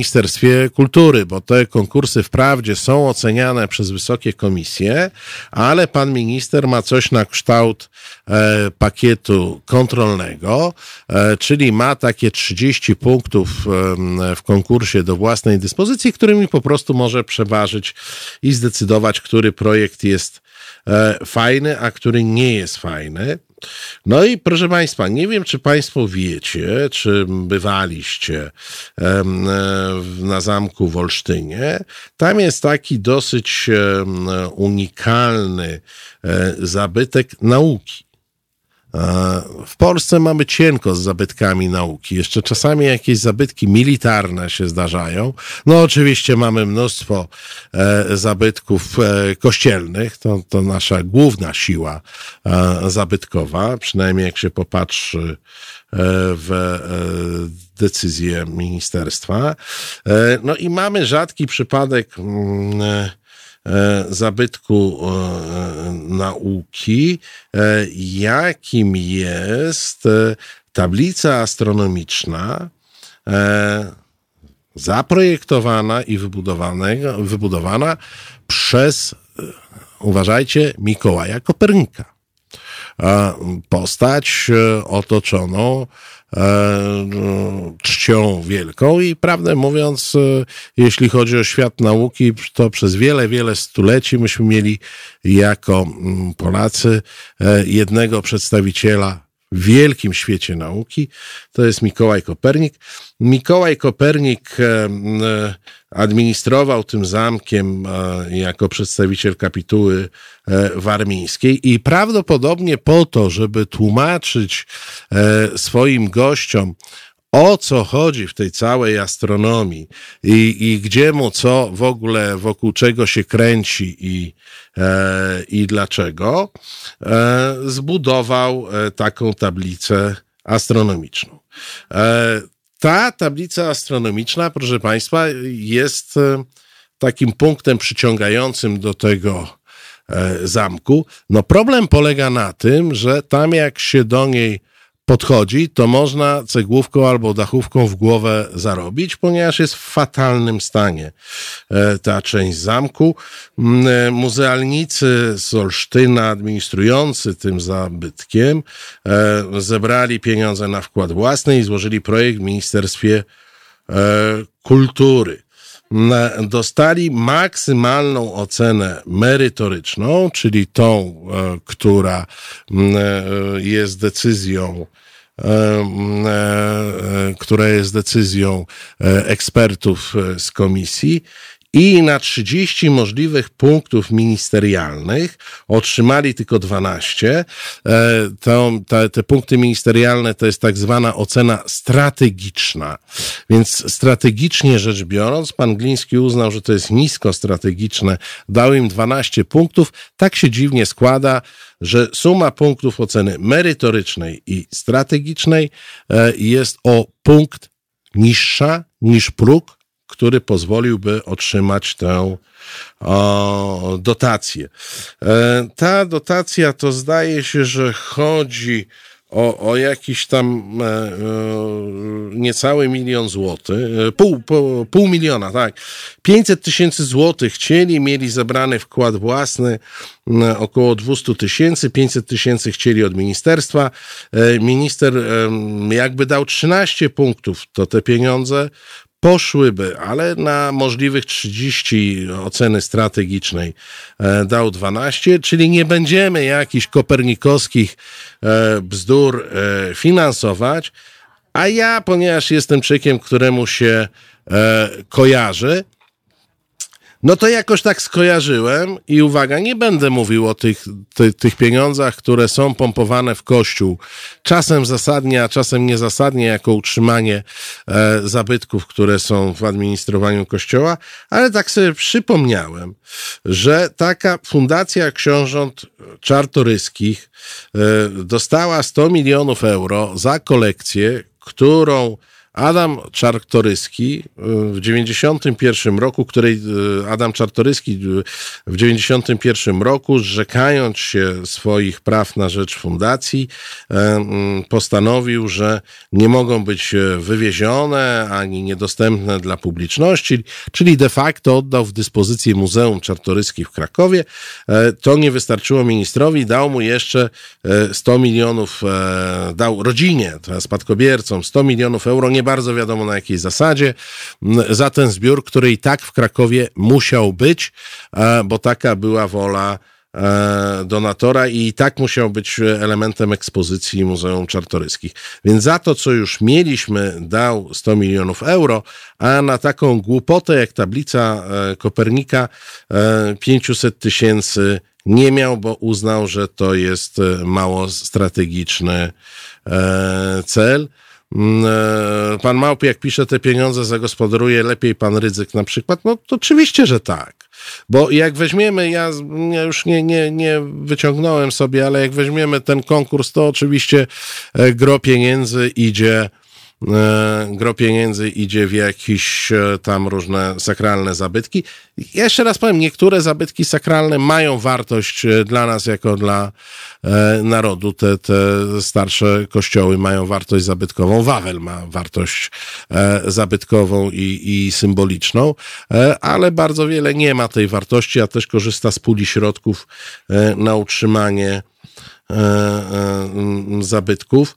Ministerstwie Kultury, bo te konkursy wprawdzie są oceniane przez wysokie komisje, ale pan minister ma coś na kształt pakietu kontrolnego, czyli ma takie 30 punktów w konkursie do własnej dyspozycji, którymi po prostu może przeważyć i zdecydować, który projekt jest fajny, a który nie jest fajny. No i proszę Państwa, nie wiem, czy Państwo wiecie, czy bywaliście na zamku w Olsztynie. Tam jest taki dosyć unikalny zabytek nauki. W Polsce mamy cienko z zabytkami nauki. Jeszcze czasami jakieś zabytki militarne się zdarzają. No oczywiście mamy mnóstwo zabytków kościelnych. To nasza główna siła zabytkowa, przynajmniej jak się popatrzy w decyzję ministerstwa. No i mamy rzadki przypadek zabytku nauki, jakim jest tablica astronomiczna zaprojektowana i wybudowana przez, uważajcie, Mikołaja Kopernika. Postać otoczoną czcią wielką i prawdę mówiąc, jeśli chodzi o świat nauki, to przez wiele, wiele stuleci myśmy mieli jako Polacy jednego przedstawiciela w wielkim świecie nauki, to jest Mikołaj Kopernik. Mikołaj Kopernik administrował tym zamkiem jako przedstawiciel kapituły warmińskiej i prawdopodobnie po to, żeby tłumaczyć swoim gościom, o co chodzi w tej całej astronomii i gdzie mu co w ogóle wokół czego się kręci i dlaczego, zbudował taką tablicę astronomiczną. Ta tablica astronomiczna, proszę Państwa, jest takim punktem przyciągającym do tego zamku. No problem polega na tym, że tam jak się do niej podchodzi, to można cegłówką albo dachówką w głowę zarobić, ponieważ jest w fatalnym stanie ta część zamku. Muzealnicy z Olsztyna administrujący tym zabytkiem zebrali pieniądze na wkład własny i złożyli projekt w Ministerstwie Kultury. Dostali maksymalną ocenę merytoryczną, czyli tą, która jest decyzją ekspertów z komisji i na 30 możliwych punktów ministerialnych otrzymali tylko 12. Te punkty ministerialne to jest tak zwana ocena strategiczna. Więc strategicznie rzecz biorąc, pan Gliński uznał, że to jest nisko strategiczne, dał im 12 punktów. Tak się dziwnie składa, że suma punktów oceny merytorycznej i strategicznej jest o punkt niższa niż próg, który pozwoliłby otrzymać tę dotację. Ta dotacja to zdaje się, że chodzi o jakiś tam niecały 1 000 000 złotych, pół miliona, tak. 500 000 złotych mieli zebrany wkład własny, około 200 000, 500 000 chcieli od ministerstwa. Minister jakby dał 13 punktów, to te pieniądze poszłyby, ale na możliwych 30 oceny strategicznej dał 12, czyli nie będziemy jakichś kopernikowskich bzdur finansować, a ja, ponieważ jestem człowiekiem, któremu się kojarzy, no to jakoś tak skojarzyłem i uwaga, nie będę mówił o tych pieniądzach, które są pompowane w kościół, czasem zasadnie, a czasem niezasadnie, jako utrzymanie zabytków, które są w administrowaniu kościoła, ale tak sobie przypomniałem, że taka Fundacja Książąt Czartoryskich dostała 100 milionów euro za kolekcję, którą Adam Czartoryski w 91 roku, Adam Czartoryski w 91 roku, zrzekając się swoich praw na rzecz fundacji, postanowił, że nie mogą być wywiezione ani niedostępne dla publiczności, czyli de facto oddał w dyspozycję Muzeum Czartoryskich w Krakowie. To nie wystarczyło ministrowi, dał mu jeszcze 100 milionów, dał rodzinie, spadkobiercom 100 milionów euro, nie bardzo wiadomo na jakiej zasadzie, za ten zbiór, który i tak w Krakowie musiał być, bo taka była wola donatora i tak musiał być elementem ekspozycji Muzeum Czartoryskich. Więc za to, co już mieliśmy, dał 100 milionów euro, a na taką głupotę jak tablica Kopernika 500 tysięcy nie miał, bo uznał, że to jest mało strategiczny cel. Pan Małpiak pisze, te pieniądze zagospodaruje lepiej pan Rydzyk na przykład. No to oczywiście, że tak. Bo jak weźmiemy, ja już nie wyciągnąłem sobie, ale jak weźmiemy ten konkurs, to oczywiście gro pieniędzy idzie w jakieś tam różne sakralne zabytki. Ja jeszcze raz powiem, niektóre zabytki sakralne mają wartość dla nas jako dla narodu. Te starsze kościoły mają wartość zabytkową. Wawel ma wartość zabytkową i symboliczną, ale bardzo wiele nie ma tej wartości, a też korzysta z puli środków na utrzymanie zabytków.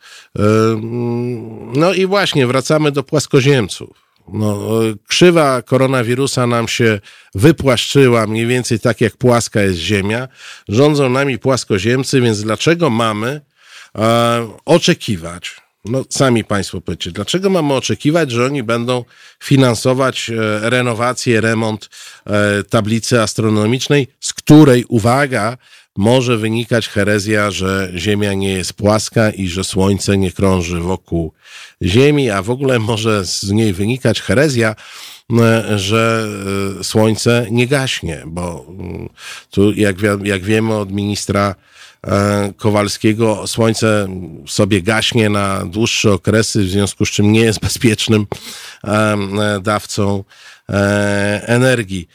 No i właśnie wracamy do płaskoziemców. Krzywa koronawirusa nam się wypłaszczyła mniej więcej tak jak płaska jest Ziemia. Rządzą nami płaskoziemcy, więc dlaczego mamy oczekiwać? Sami państwo powiedzcie, dlaczego mamy oczekiwać, że oni będą finansować renowację, remont tablicy astronomicznej, z której, uwaga, może wynikać herezja, że Ziemia nie jest płaska i że Słońce nie krąży wokół Ziemi, a w ogóle może z niej wynikać herezja, że Słońce nie gaśnie, bo tu jak wiemy od ministra Kowalskiego, Słońce sobie gaśnie na dłuższe okresy, w związku z czym nie jest bezpiecznym dawcą energii.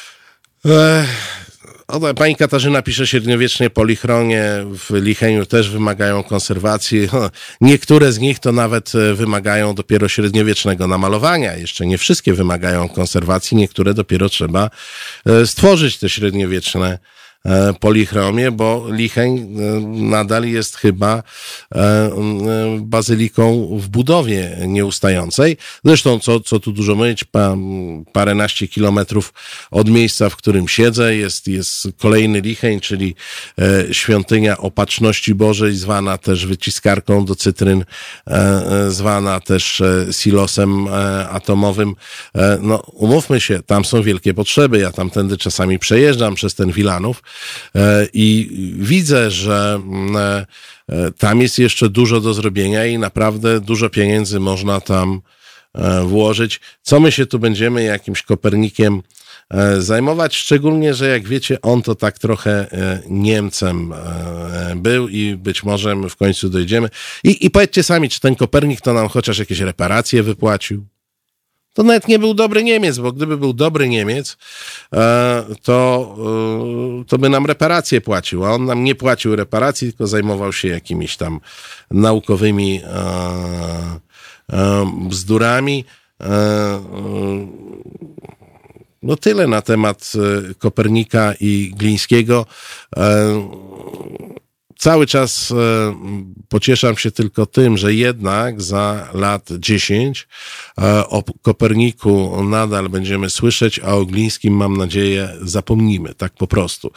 Pani Katarzyna pisze, średniowieczne polichronie w Licheniu też wymagają konserwacji. Niektóre z nich to nawet wymagają dopiero średniowiecznego namalowania. Jeszcze nie wszystkie wymagają konserwacji, niektóre dopiero trzeba stworzyć te średniowieczne polichromie, bo Licheń nadal jest chyba bazyliką w budowie nieustającej. Zresztą, co tu dużo mówić, paręnaście kilometrów od miejsca, w którym siedzę, jest kolejny Licheń, czyli świątynia Opatrzności Bożej, zwana też wyciskarką do cytryn, zwana też silosem atomowym. Umówmy się, tam są wielkie potrzeby. Ja tamtędy czasami przejeżdżam przez ten Wilanów i widzę, że tam jest jeszcze dużo do zrobienia i naprawdę dużo pieniędzy można tam włożyć. Co my się tu będziemy jakimś Kopernikiem zajmować? Szczególnie, że jak wiecie, on to tak trochę Niemcem był i być może my w końcu dojdziemy. I powiedzcie sami, czy ten Kopernik to nam chociaż jakieś reparacje wypłacił? To nawet nie był dobry Niemiec, bo gdyby był dobry Niemiec, to by nam reparacje płacił, a on nam nie płacił reparacji, tylko zajmował się jakimiś tam naukowymi bzdurami. Tyle na temat Kopernika i Glińskiego. Cały czas pocieszam się tylko tym, że jednak za lat 10 o Koperniku nadal będziemy słyszeć, a o Glińskim, mam nadzieję, zapomnimy, tak po prostu.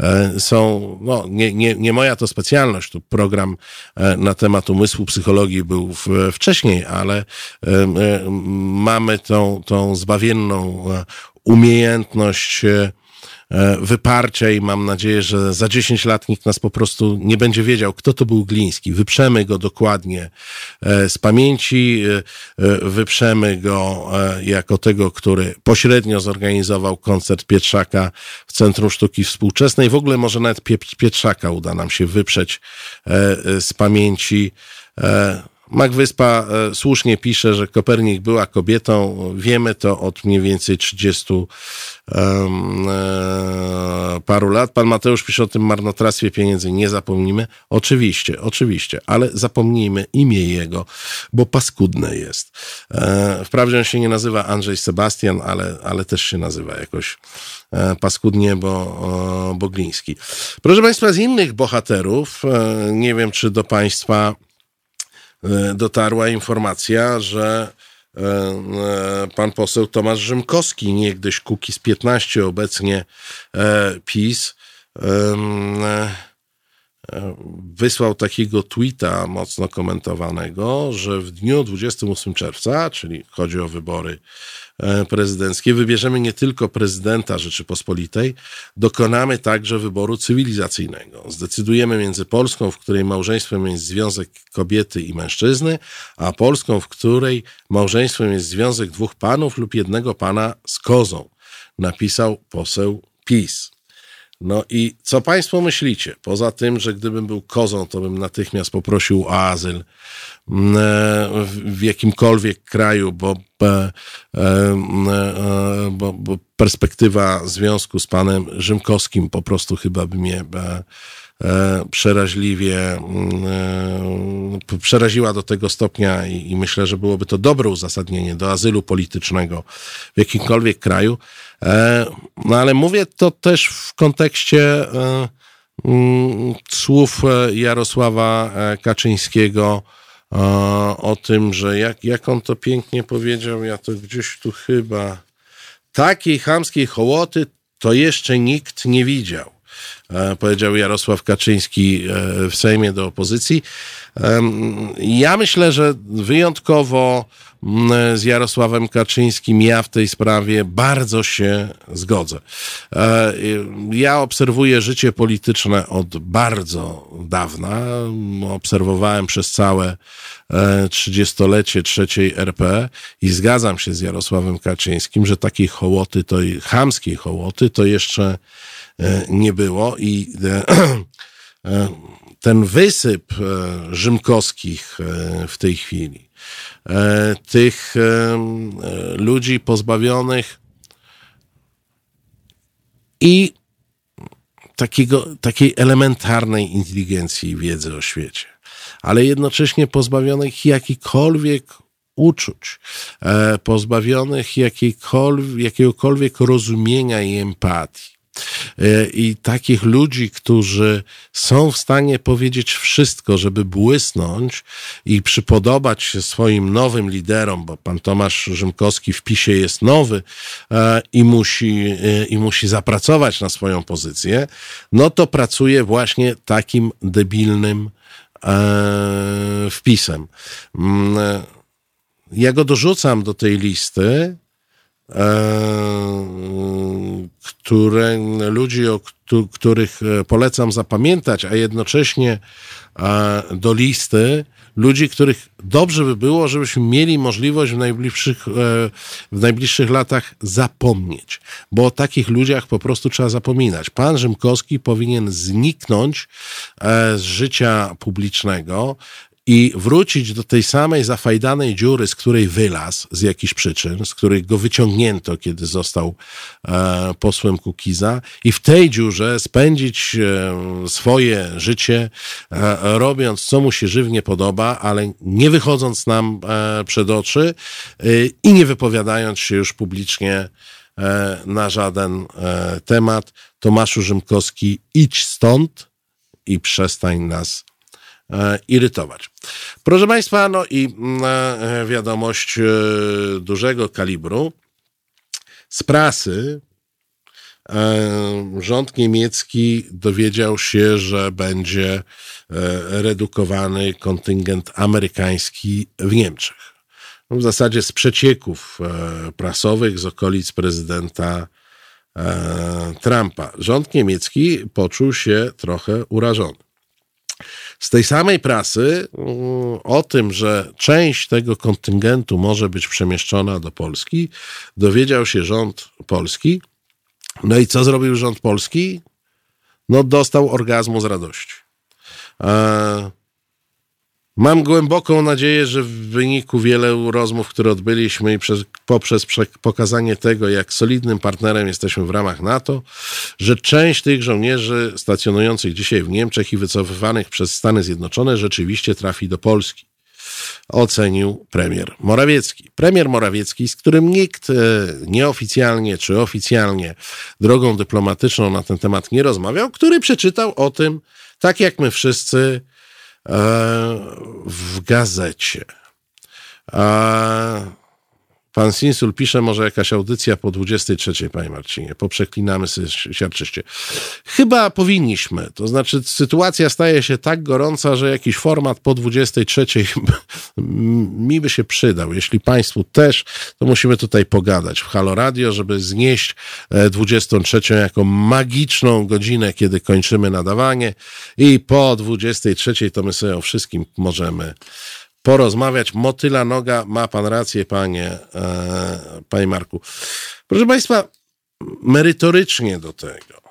Nie moja to specjalność, tu program na temat umysłu, psychologii był wcześniej, ale mamy tą zbawienną umiejętność wyparcia i mam nadzieję, że za 10 lat nikt nas po prostu nie będzie wiedział, kto to był Gliński. Wyprzemy go dokładnie z pamięci, wyprzemy go jako tego, który pośrednio zorganizował koncert Pietrzaka w Centrum Sztuki Współczesnej. W ogóle może nawet Pietrzaka uda nam się wyprzeć z pamięci. Mac Wyspa słusznie pisze, że Kopernik była kobietą. Wiemy to od mniej więcej 30 paru lat. Pan Mateusz pisze o tym marnotrawstwie pieniędzy. Nie zapomnijmy. Oczywiście, ale zapomnijmy imię jego, bo paskudne jest. Wprawdzie on się nie nazywa Andrzej Sebastian, ale też się nazywa jakoś paskudnie, bo Bogliński. Proszę Państwa, z innych bohaterów, nie wiem, czy do Państwa dotarła informacja, że pan poseł Tomasz Rzymkowski, niegdyś Kukiz 15, obecnie PiS, wysłał takiego tweeta mocno komentowanego, że w dniu 28 czerwca, czyli chodzi o wybory prezydenckie, wybierzemy nie tylko prezydenta Rzeczypospolitej, dokonamy także wyboru cywilizacyjnego. Zdecydujemy między Polską, w której małżeństwem jest związek kobiety i mężczyzny, a Polską, w której małżeństwem jest związek dwóch panów lub jednego pana z kozą, napisał poseł PiS. No i co Państwo myślicie? Poza tym, że gdybym był kozą, to bym natychmiast poprosił o azyl w jakimkolwiek kraju, bo perspektywa związku z panem Rzymkowskim po prostu chyba by mnie przeraziła do tego stopnia i myślę, że byłoby to dobre uzasadnienie do azylu politycznego w jakimkolwiek kraju. No ale mówię to też w kontekście słów Jarosława Kaczyńskiego o tym, że jak on to pięknie powiedział, ja to gdzieś tu chyba, takiej chamskiej hołoty to jeszcze nikt nie widział, powiedział Jarosław Kaczyński w Sejmie do opozycji. Ja myślę, że wyjątkowo z Jarosławem Kaczyńskim ja w tej sprawie bardzo się zgodzę. Ja obserwuję życie polityczne od bardzo dawna. Obserwowałem przez całe 30-lecie III RP i zgadzam się z Jarosławem Kaczyńskim, że takiej hołoty, chamskiej hołoty to jeszcze nie było i ten wysyp Rzymkowskich w tej chwili, tych ludzi pozbawionych i takiej elementarnej inteligencji i wiedzy o świecie, ale jednocześnie pozbawionych jakichkolwiek uczuć, pozbawionych jakiegokolwiek rozumienia i empatii. I takich ludzi, którzy są w stanie powiedzieć wszystko, żeby błysnąć i przypodobać się swoim nowym liderom, bo pan Tomasz Rzymkowski w PiS-ie jest nowy i musi zapracować na swoją pozycję, no to pracuje właśnie takim debilnym wpisem. Ja go dorzucam do tej listy, ludzi, których polecam zapamiętać, a jednocześnie do listy ludzi, których dobrze by było, żebyśmy mieli możliwość w najbliższych latach zapomnieć, bo o takich ludziach po prostu trzeba zapominać. Pan Rzymkowski powinien zniknąć z życia publicznego i wrócić do tej samej zafajdanej dziury, z której wylazł z jakichś przyczyn, z której go wyciągnięto, kiedy został posłem Kukiza, i w tej dziurze spędzić swoje życie, robiąc, co mu się żywnie podoba, ale nie wychodząc nam przed oczy i nie wypowiadając się już publicznie na żaden temat. Tomaszu Rzymkowski, idź stąd i przestań nas irytować. Proszę Państwa, no i wiadomość dużego kalibru. Z prasy rząd niemiecki dowiedział się, że będzie redukowany kontyngent amerykański w Niemczech. W zasadzie z przecieków prasowych z okolic prezydenta Trumpa. Rząd niemiecki poczuł się trochę urażony. Z tej samej prasy o tym, że część tego kontyngentu może być przemieszczona do Polski, dowiedział się rząd polski. No i co zrobił rząd polski? No dostał orgazmu z radości. Mam głęboką nadzieję, że w wyniku wielu rozmów, które odbyliśmy i poprzez pokazanie tego, jak solidnym partnerem jesteśmy w ramach NATO, że część tych żołnierzy stacjonujących dzisiaj w Niemczech i wycofywanych przez Stany Zjednoczone rzeczywiście trafi do Polski. Ocenił premier Morawiecki. Premier Morawiecki, z którym nikt nieoficjalnie czy oficjalnie drogą dyplomatyczną na ten temat nie rozmawiał, który przeczytał o tym, tak jak my wszyscy, w gazecie. Pan Sinsul pisze, może jakaś audycja po 23, panie Marcinie. Poprzeklinamy siarczyście. Chyba powinniśmy. To znaczy sytuacja staje się tak gorąca, że jakiś format po 23 mi by się przydał. Jeśli państwu też, to musimy tutaj pogadać w Halo Radio, żeby znieść 23 jako magiczną godzinę, kiedy kończymy nadawanie i po 23 to my sobie o wszystkim możemy porozmawiać. Motyla noga, ma pan rację, panie Marku. Proszę państwa, merytorycznie do tego.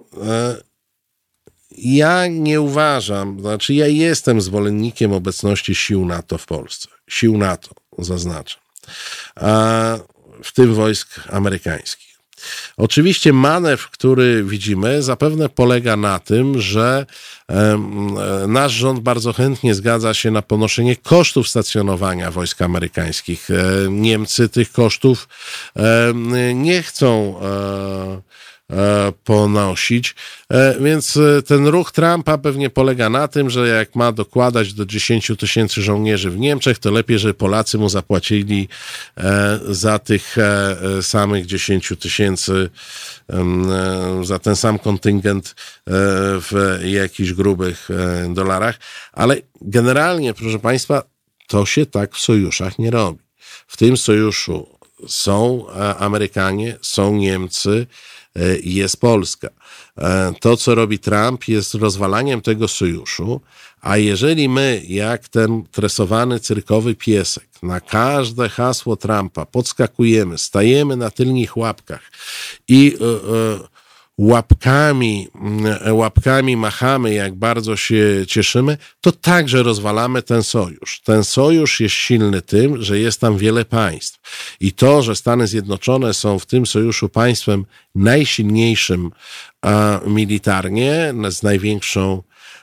Ja nie uważam, znaczy ja jestem zwolennikiem obecności sił NATO w Polsce. Sił NATO, zaznaczam. W tym wojsk amerykańskich. Oczywiście manewr, który widzimy, zapewne polega na tym, że nasz rząd bardzo chętnie zgadza się na ponoszenie kosztów stacjonowania wojsk amerykańskich. Niemcy tych kosztów nie chcą ponosić, więc ten ruch Trumpa pewnie polega na tym, że jak ma dokładać do 10 000 żołnierzy w Niemczech, to lepiej, żeby Polacy mu zapłacili za tych samych 10 000, za ten sam kontyngent w jakichś grubych dolarach, ale generalnie, proszę państwa, to się tak w sojuszach nie robi. W tym sojuszu są Amerykanie, są Niemcy, jest Polska. To, co robi Trump, jest rozwalaniem tego sojuszu, a jeżeli my, jak ten tresowany cyrkowy piesek, na każde hasło Trumpa podskakujemy, stajemy na tylnych łapkach i łapkami machamy, jak bardzo się cieszymy, to także rozwalamy ten sojusz. Ten sojusz jest silny tym, że jest tam wiele państw. I to, że Stany Zjednoczone są w tym sojuszu państwem najsilniejszym militarnie, z największą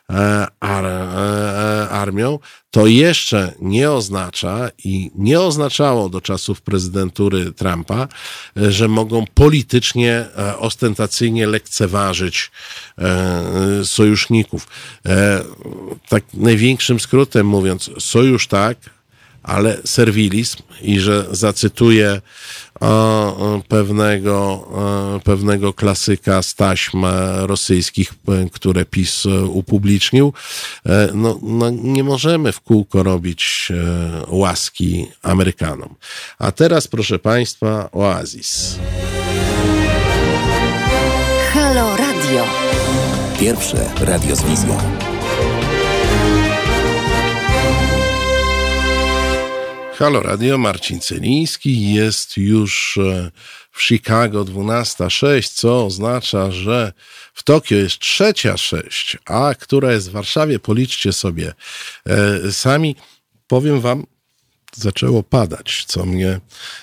armią, to jeszcze nie oznacza i nie oznaczało do czasów prezydentury Trumpa, że mogą politycznie, ostentacyjnie lekceważyć sojuszników. Tak największym skrótem mówiąc, sojusz tak, ale serwilizm i że zacytuję pewnego klasyka z taśm rosyjskich, które PiS upublicznił. No, nie możemy w kółko robić łaski Amerykanom. A teraz, proszę państwa, Oasis. Halo Radio. Pierwsze radio z wizją. Halo Radio, Marcin Celiński, jest już w Chicago 12:06, co oznacza, że w Tokio jest 3:06, a która jest w Warszawie, policzcie sobie sami. Powiem wam, zaczęło padać, co mnie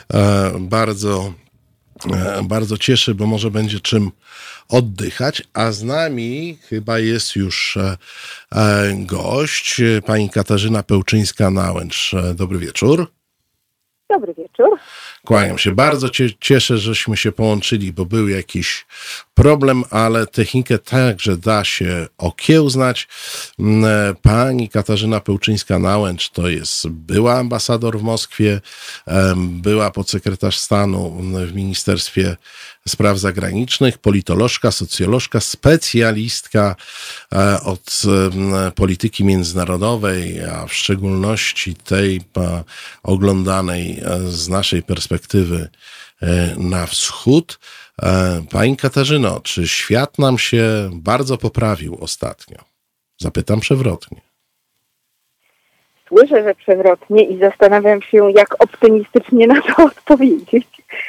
bardzo cieszy, bo może będzie czym oddychać, a z nami chyba jest już gość, pani Katarzyna Pełczyńska-Nałęcz. Dobry wieczór. Dobry wieczór. Kłaniam się. Bardzo cieszę, żeśmy się połączyli, bo był jakiś problem, ale technikę także da się okiełznać. Pani Katarzyna Pełczyńska-Nałęcz to jest była ambasador w Moskwie, była podsekretarz stanu w Ministerstwie Spraw Zagranicznych, politolożka, socjolożka, specjalistka od polityki międzynarodowej, a w szczególności tej oglądanej z naszej perspektywy na wschód. Pani Katarzyno, czy świat nam się bardzo poprawił ostatnio? Zapytam przewrotnie. Słyszę, że przewrotnie i zastanawiam się, jak optymistycznie na to odpowiedzieć.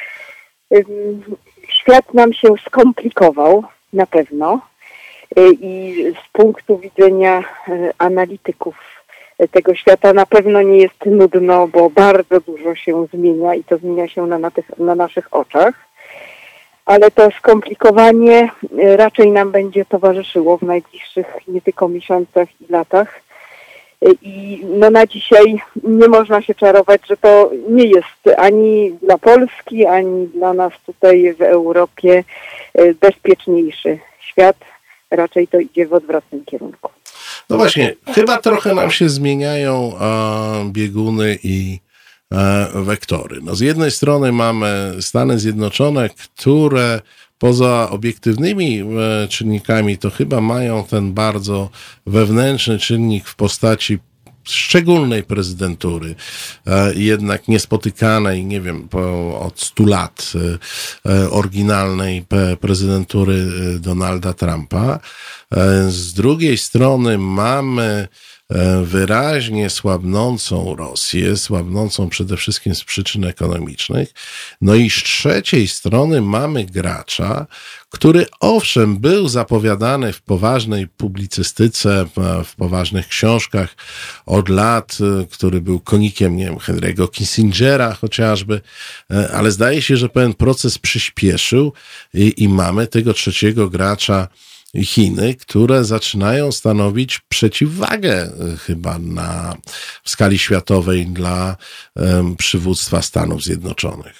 Świat nam się skomplikował, na pewno. I z punktu widzenia analityków tego świata na pewno nie jest nudno, bo bardzo dużo się zmienia i to zmienia się na naszych oczach. Ale to skomplikowanie raczej nam będzie towarzyszyło w najbliższych nie tylko miesiącach i latach. I na dzisiaj nie można się czarować, że to nie jest ani dla Polski, ani dla nas tutaj w Europie bezpieczniejszy świat. Raczej to idzie w odwrotnym kierunku. No właśnie, chyba trochę nam się zmieniają bieguny i wektory. No z jednej strony mamy Stany Zjednoczone, które poza obiektywnymi czynnikami to chyba mają ten bardzo wewnętrzny czynnik w postaci szczególnej prezydentury, jednak niespotykanej, nie wiem, od 100 lat oryginalnej prezydentury Donalda Trumpa. Z drugiej strony mamy wyraźnie słabnącą Rosję, słabnącą przede wszystkim z przyczyn ekonomicznych. No i z trzeciej strony mamy gracza, który owszem był zapowiadany w poważnej publicystyce, w poważnych książkach od lat, który był konikiem, nie wiem, Henry'ego Kissingera chociażby, ale zdaje się, że pewien proces przyspieszył i mamy tego trzeciego gracza, Chiny, które zaczynają stanowić przeciwwagę chyba w skali światowej dla przywództwa Stanów Zjednoczonych.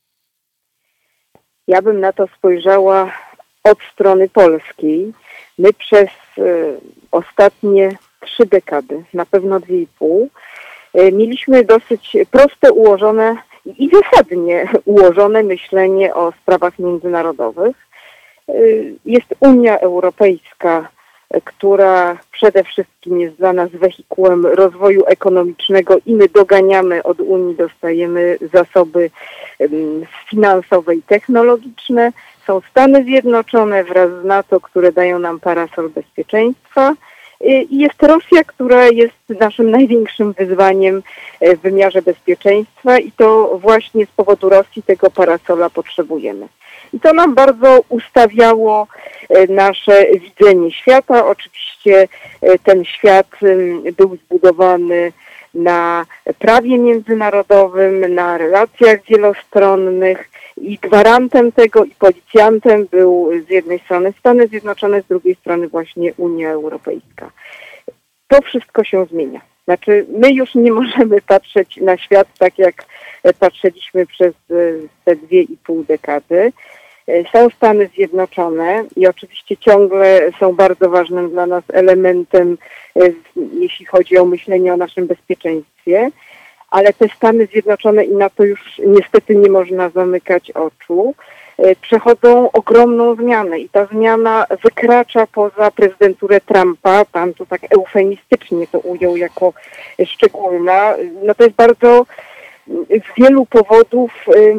Ja bym na to spojrzała od strony polskiej. My przez ostatnie 3 dekady, na pewno 2,5, mieliśmy dosyć proste, ułożone i zasadnie ułożone myślenie o sprawach międzynarodowych. Jest Unia Europejska, która przede wszystkim jest dla nas wehikułem rozwoju ekonomicznego i my doganiamy od Unii, dostajemy zasoby finansowe i technologiczne. Są Stany Zjednoczone wraz z NATO, które dają nam parasol bezpieczeństwa. I jest Rosja, która jest naszym największym wyzwaniem w wymiarze bezpieczeństwa i to właśnie z powodu Rosji tego parasola potrzebujemy. I to nam bardzo ustawiało nasze widzenie świata. Oczywiście ten świat był zbudowany na prawie międzynarodowym, na relacjach wielostronnych i gwarantem tego i policjantem był z jednej strony Stany Zjednoczone, z drugiej strony właśnie Unia Europejska. To wszystko się zmienia. Znaczy, my już nie możemy patrzeć na świat tak, jak patrzyliśmy przez te 2,5 dekady. Są Stany Zjednoczone i oczywiście ciągle są bardzo ważnym dla nas elementem, jeśli chodzi o myślenie o naszym bezpieczeństwie, ale te Stany Zjednoczone, i na to już niestety nie można zamykać oczu, przechodzą ogromną zmianę i ta zmiana wykracza poza prezydenturę Trumpa. Pan tu tak eufemistycznie to ujął jako szczególna. No to jest bardzo z wielu powodów,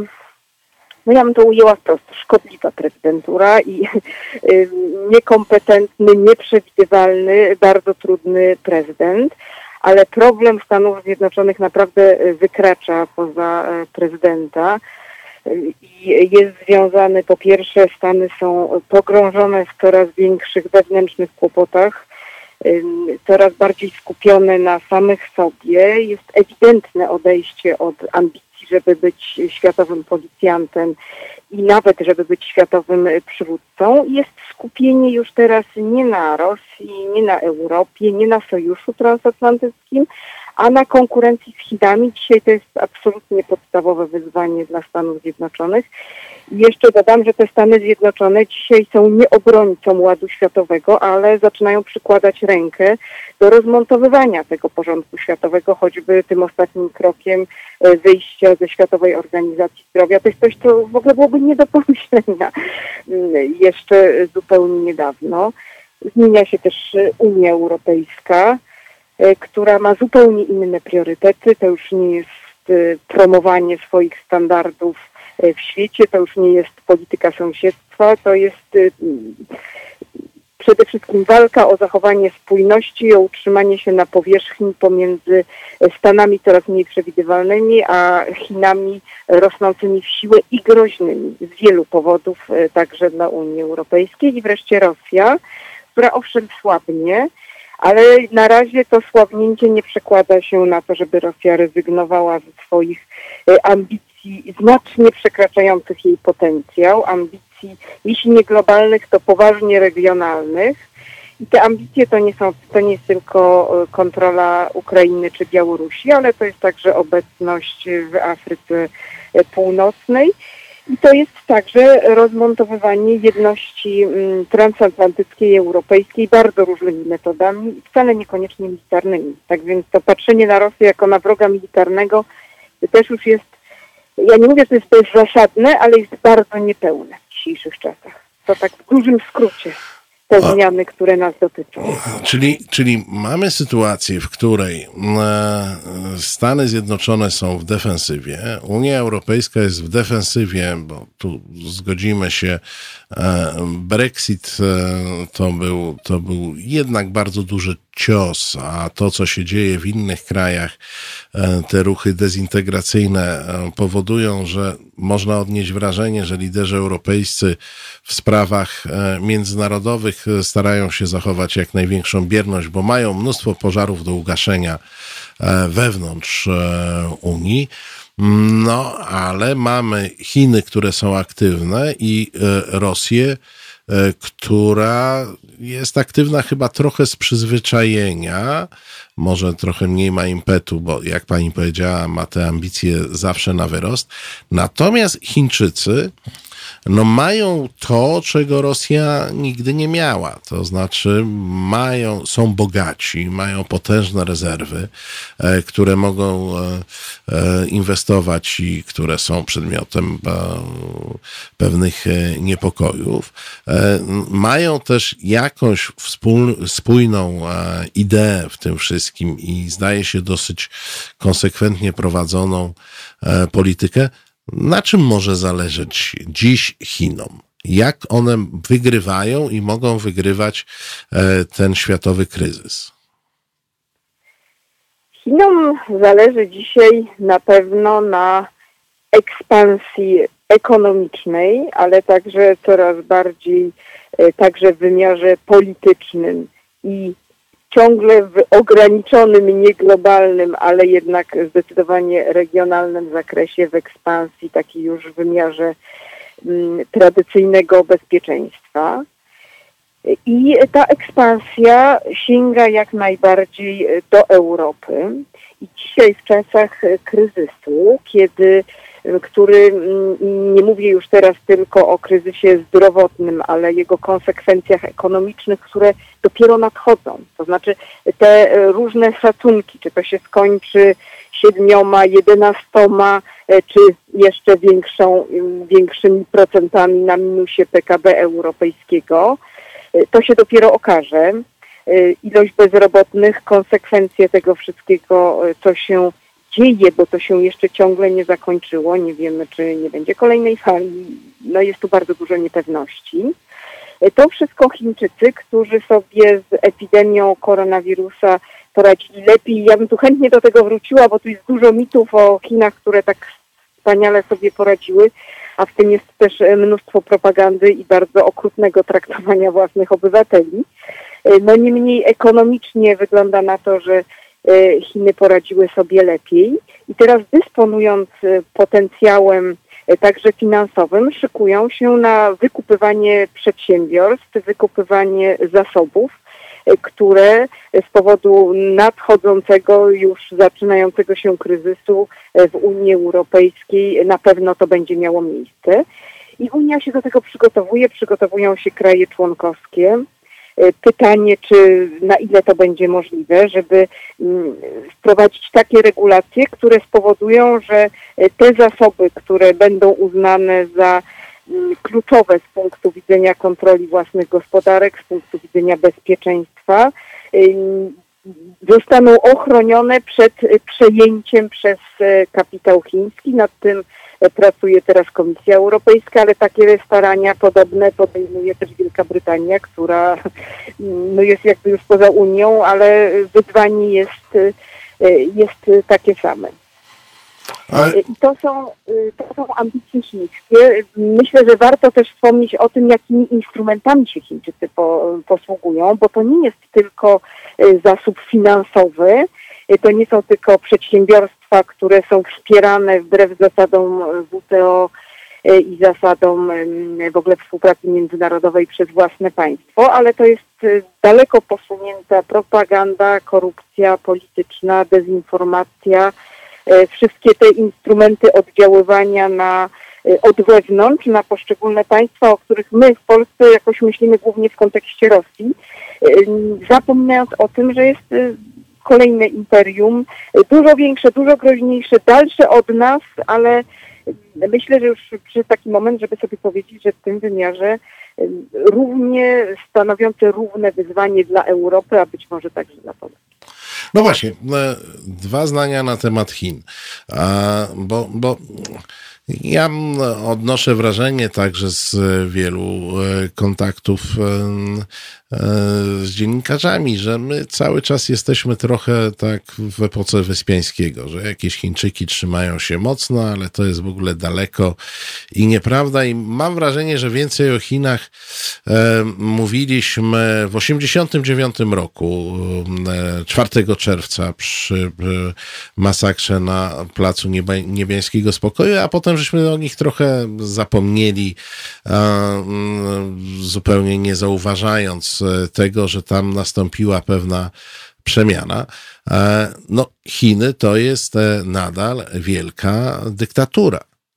no ja bym to ujęła wprost, szkodliwa prezydentura i niekompetentny, nieprzewidywalny, bardzo trudny prezydent, ale problem Stanów Zjednoczonych naprawdę wykracza poza prezydenta i jest związany, po pierwsze, Stany są pogrążone w coraz większych wewnętrznych kłopotach, coraz bardziej skupione na samych sobie. Jest ewidentne odejście od ambicji, żeby być światowym policjantem i nawet żeby być światowym przywódcą. Jest skupienie już teraz nie na Rosji, nie na Europie, nie na sojuszu transatlantyckim, a na konkurencji z Chinami. Dzisiaj to jest absolutnie podstawowe wyzwanie dla Stanów Zjednoczonych. I jeszcze dodam, że te Stany Zjednoczone dzisiaj są nie obrońcą ładu światowego, ale zaczynają przykładać rękę do rozmontowywania tego porządku światowego, choćby tym ostatnim krokiem wyjścia ze Światowej Organizacji Zdrowia. To jest coś, co w ogóle byłoby nie do pomyślenia jeszcze zupełnie niedawno. Zmienia się też Unia Europejska, która ma zupełnie inne priorytety. To już nie jest promowanie swoich standardów w świecie, to już nie jest polityka sąsiedztwa, to jest przede wszystkim walka o zachowanie spójności i o utrzymanie się na powierzchni pomiędzy Stanami coraz mniej przewidywalnymi, a Chinami rosnącymi w siłę i groźnymi z wielu powodów, także dla Unii Europejskiej. I wreszcie Rosja, która owszem słabnie, Ale na razie to słabnięcie nie przekłada się na to, żeby Rosja rezygnowała ze swoich ambicji znacznie przekraczających jej potencjał, ambicji jeśli nie globalnych, to poważnie regionalnych. I te ambicje to nie jest tylko kontrola Ukrainy czy Białorusi, ale to jest także obecność w Afryce Północnej. I to jest także rozmontowywanie jedności transatlantyckiej, europejskiej bardzo różnymi metodami, wcale niekoniecznie militarnymi. Tak więc to patrzenie na Rosję jako na wroga militarnego też już jest, ja nie mówię, że to jest bezzasadne, ale jest bardzo niepełne w dzisiejszych czasach. To tak w dużym skrócie te zmiany, które nas dotyczą. Czyli mamy sytuację, w której Stany Zjednoczone są w defensywie, Unia Europejska jest w defensywie, bo tu zgodzimy się, Brexit to był jednak bardzo duży cios, a to, co się dzieje w innych krajach, te ruchy dezintegracyjne powodują, że można odnieść wrażenie, że liderzy europejscy w sprawach międzynarodowych starają się zachować jak największą bierność, bo mają mnóstwo pożarów do ugaszenia wewnątrz Unii. No, ale mamy Chiny, które są aktywne i Rosję, która jest aktywna chyba trochę z przyzwyczajenia, może trochę mniej ma impetu, bo jak pani powiedziała, ma te ambicje zawsze na wyrost. Natomiast Chińczycy mają to, czego Rosja nigdy nie miała. To znaczy są bogaci, mają potężne rezerwy, które mogą inwestować i które są przedmiotem pewnych niepokojów. Mają też jakąś spójną ideę w tym wszystkim i zdaje się dosyć konsekwentnie prowadzoną politykę. Na czym może zależeć dziś Chinom? Jak one wygrywają i mogą wygrywać ten światowy kryzys? Chinom zależy dzisiaj na pewno na ekspansji ekonomicznej, ale także coraz bardziej także w wymiarze politycznym i ciągle w ograniczonym, nie globalnym, ale jednak zdecydowanie regionalnym zakresie, w ekspansji takiej już w wymiarze tradycyjnego bezpieczeństwa. I ta ekspansja sięga jak najbardziej do Europy. I dzisiaj w czasach kryzysu, który nie mówię już teraz tylko o kryzysie zdrowotnym, ale jego konsekwencjach ekonomicznych, które dopiero nadchodzą. To znaczy te różne szacunki, czy to się skończy 7, 11, czy jeszcze większymi procentami na minusie PKB europejskiego, to się dopiero okaże. Ilość bezrobotnych, konsekwencje tego wszystkiego, co się dzieje, bo to się jeszcze ciągle nie zakończyło. Nie wiemy, czy nie będzie kolejnej fali. Jest tu bardzo dużo niepewności. To wszystko Chińczycy, którzy sobie z epidemią koronawirusa poradzili lepiej. Ja bym tu chętnie do tego wróciła, bo tu jest dużo mitów o Chinach, które tak wspaniale sobie poradziły, a w tym jest też mnóstwo propagandy i bardzo okrutnego traktowania własnych obywateli. Niemniej ekonomicznie wygląda na to, że Chiny poradziły sobie lepiej i teraz dysponując potencjałem także finansowym, szykują się na wykupywanie przedsiębiorstw, wykupywanie zasobów, które z powodu nadchodzącego, już zaczynającego się kryzysu w Unii Europejskiej na pewno to będzie miało miejsce. I Unia się do tego przygotowują się kraje członkowskie. Pytanie, czy na ile to będzie możliwe, żeby wprowadzić takie regulacje, które spowodują, że te zasoby, które będą uznane za kluczowe z punktu widzenia kontroli własnych gospodarek, z punktu widzenia bezpieczeństwa, zostaną ochronione przed przejęciem przez kapitał chiński. Nad tym pracuje teraz Komisja Europejska, ale takie starania podobne podejmuje też Wielka Brytania, która jest jakby już poza Unią, ale wyzwanie jest takie same. I to są ambicje chińskie. Myślę, że warto też wspomnieć o tym, jakimi instrumentami się Chińczycy posługują, bo to nie jest tylko zasób finansowy, to nie są tylko przedsiębiorstwa, które są wspierane wbrew zasadom WTO i zasadom w ogóle współpracy międzynarodowej przez własne państwo, ale to jest daleko posunięta propaganda, korupcja polityczna, dezinformacja, wszystkie te instrumenty oddziaływania od wewnątrz na poszczególne państwa, o których my w Polsce jakoś myślimy głównie w kontekście Rosji, zapominając o tym, że jest kolejne imperium, dużo większe, dużo groźniejsze, dalsze od nas, ale myślę, że już przyszedł taki moment, żeby sobie powiedzieć, że w tym wymiarze równie stanowiące równe wyzwanie dla Europy, a być może także dla Polski. No właśnie, dwa zdania na temat Chin, bo ja odnoszę wrażenie także z wielu kontaktów z dziennikarzami, że my cały czas jesteśmy trochę tak w epoce Wyspiańskiego, że jakieś Chińczyki trzymają się mocno, ale to jest w ogóle daleko i nieprawda. I mam wrażenie, że więcej o Chinach mówiliśmy w 1989 roku, 4 czerwca przy masakrze na Placu Niebiańskiego Spokoju, a potem żeśmy o nich trochę zapomnieli, zupełnie nie zauważając tego, że tam nastąpiła pewna przemiana. No, Chiny to jest nadal wielka dyktatura.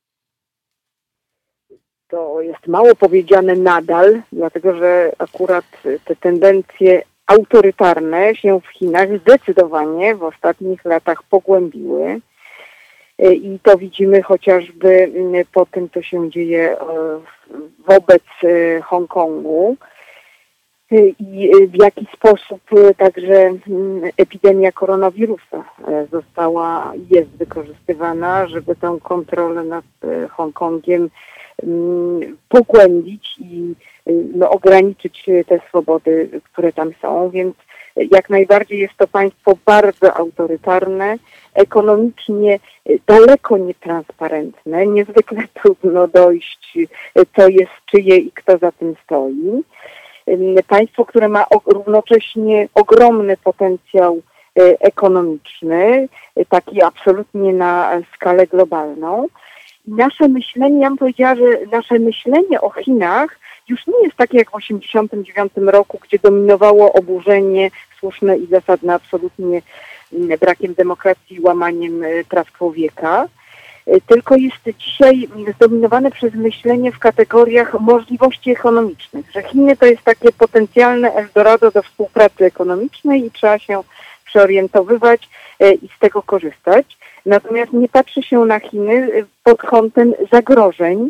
To jest mało powiedziane nadal, dlatego że akurat te tendencje autorytarne się w Chinach zdecydowanie w ostatnich latach pogłębiły. I to widzimy chociażby po tym, co się dzieje wobec Hongkongu i w jaki sposób także epidemia koronawirusa jest wykorzystywana, żeby tę kontrolę nad Hongkongiem pogłębić i ograniczyć te swobody, które tam są. Więc jak najbardziej jest to państwo bardzo autorytarne, ekonomicznie daleko nietransparentne, niezwykle trudno dojść, co jest czyje i kto za tym stoi. Państwo, które ma równocześnie ogromny potencjał ekonomiczny, taki absolutnie na skalę globalną. Nasze myślenie, ja bym powiedziała, że nasze myślenie o Chinach już nie jest takie jak w 1989 roku, gdzie dominowało oburzenie słuszne i zasadne absolutnie brakiem demokracji i łamaniem praw człowieka, tylko jest dzisiaj zdominowane przez myślenie w kategoriach możliwości ekonomicznych, że Chiny to jest takie potencjalne Eldorado do współpracy ekonomicznej i trzeba się przeorientowywać i z tego korzystać. Natomiast nie patrzy się na Chiny pod kątem zagrożeń,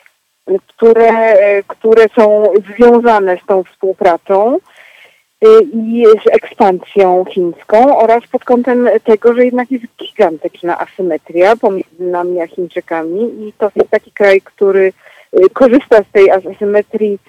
które są związane z tą współpracą i z ekspansją chińską oraz pod kątem tego, że jednak jest gigantyczna asymetria pomiędzy nami a Chińczykami i to jest taki kraj, który korzysta z tej asymetrii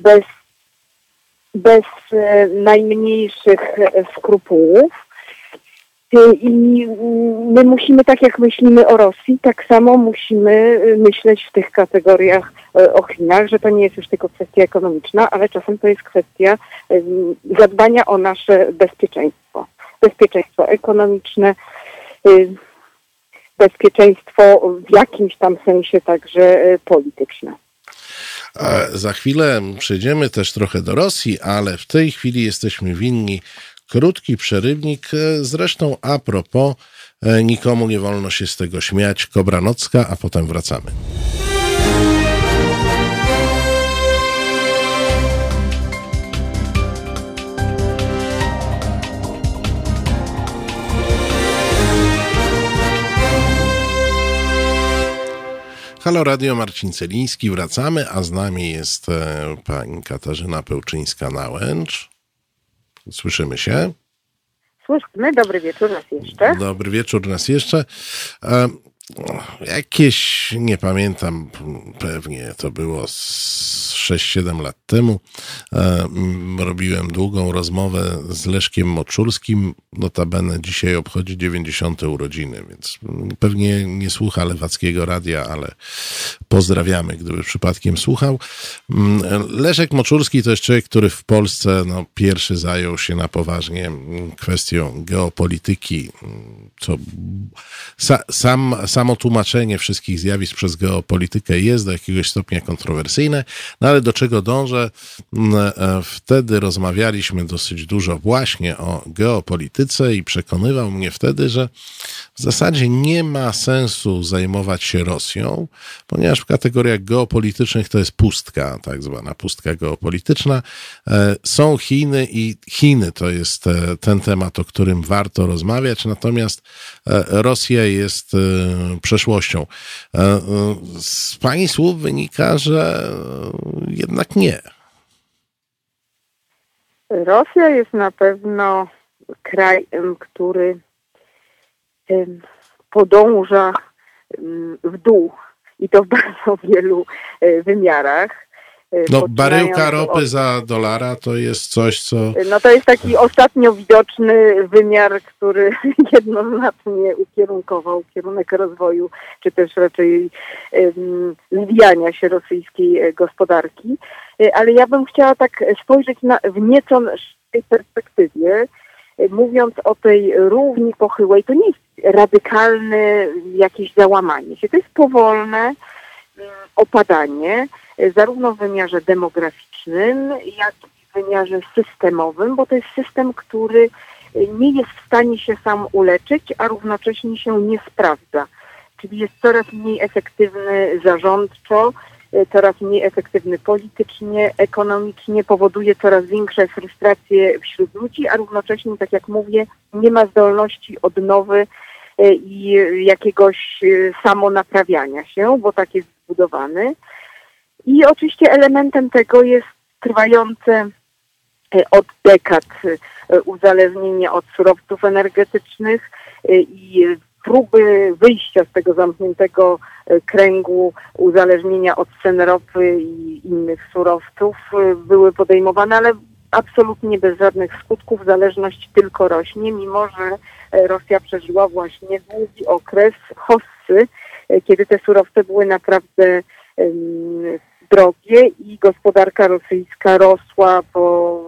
bez najmniejszych skrupułów. I my musimy, tak jak myślimy o Rosji, tak samo musimy myśleć w tych kategoriach o Chinach, że to nie jest już tylko kwestia ekonomiczna, ale czasem to jest kwestia zadbania o nasze bezpieczeństwo. Bezpieczeństwo ekonomiczne, bezpieczeństwo w jakimś tam sensie także polityczne. Za chwilę przejdziemy też trochę do Rosji, ale w tej chwili jesteśmy winni krótki przerywnik, zresztą a propos, nikomu nie wolno się z tego śmiać, Kobra Nocka, a potem wracamy. Halo Radio, Marcin Celiński, wracamy, a z nami jest pani Katarzyna Pełczyńska-Nałęcz. Słyszymy się? Słyszymy. Dobry wieczór raz jeszcze. Dobry wieczór raz jeszcze. jakieś, nie pamiętam, pewnie to było 6-7 lat temu, robiłem długą rozmowę z Leszkiem Moczulskim, notabene dzisiaj obchodzi 90. urodziny, więc pewnie nie słucha Lewackiego Radia, ale pozdrawiamy, gdyby przypadkiem słuchał. Leszek Moczulski to jest człowiek, który w Polsce pierwszy zajął się na poważnie kwestią geopolityki, co samo tłumaczenie wszystkich zjawisk przez geopolitykę jest do jakiegoś stopnia kontrowersyjne, ale do czego dążę? Wtedy rozmawialiśmy dosyć dużo właśnie o geopolityce i przekonywał mnie wtedy, że w zasadzie nie ma sensu zajmować się Rosją, ponieważ w kategoriach geopolitycznych to jest pustka, tak zwana pustka geopolityczna. Są Chiny i Chiny to jest ten temat, o którym warto rozmawiać, natomiast Rosja jest przeszłością. Z pani słów wynika, że jednak nie. Rosja jest na pewno krajem, który podąża w dół i to w bardzo wielu wymiarach. Baryłka ropy za $1 to jest coś, co... To jest taki ostatnio widoczny wymiar, który jednoznacznie ukierunkował kierunek rozwoju, czy też raczej zwijania się rosyjskiej gospodarki. Ale ja bym chciała tak spojrzeć w nieco szerszej perspektywie, mówiąc o tej równi pochyłej. To nie jest radykalne jakieś załamanie się, to jest powolne opadanie, zarówno w wymiarze demograficznym, jak i w wymiarze systemowym, bo to jest system, który nie jest w stanie się sam uleczyć, a równocześnie się nie sprawdza. Czyli jest coraz mniej efektywny zarządczo, coraz mniej efektywny politycznie, ekonomicznie, powoduje coraz większe frustracje wśród ludzi, a równocześnie, tak jak mówię, nie ma zdolności odnowy i jakiegoś samonaprawiania się, bo tak jest zbudowany. I oczywiście elementem tego jest trwające od dekad uzależnienie od surowców energetycznych i próby wyjścia z tego zamkniętego kręgu uzależnienia od cen ropy i innych surowców były podejmowane, ale absolutnie bez żadnych skutków. Zależność tylko rośnie, mimo że Rosja przeżyła właśnie długi okres hossy, kiedy te surowce były naprawdę drogie i gospodarka rosyjska rosła po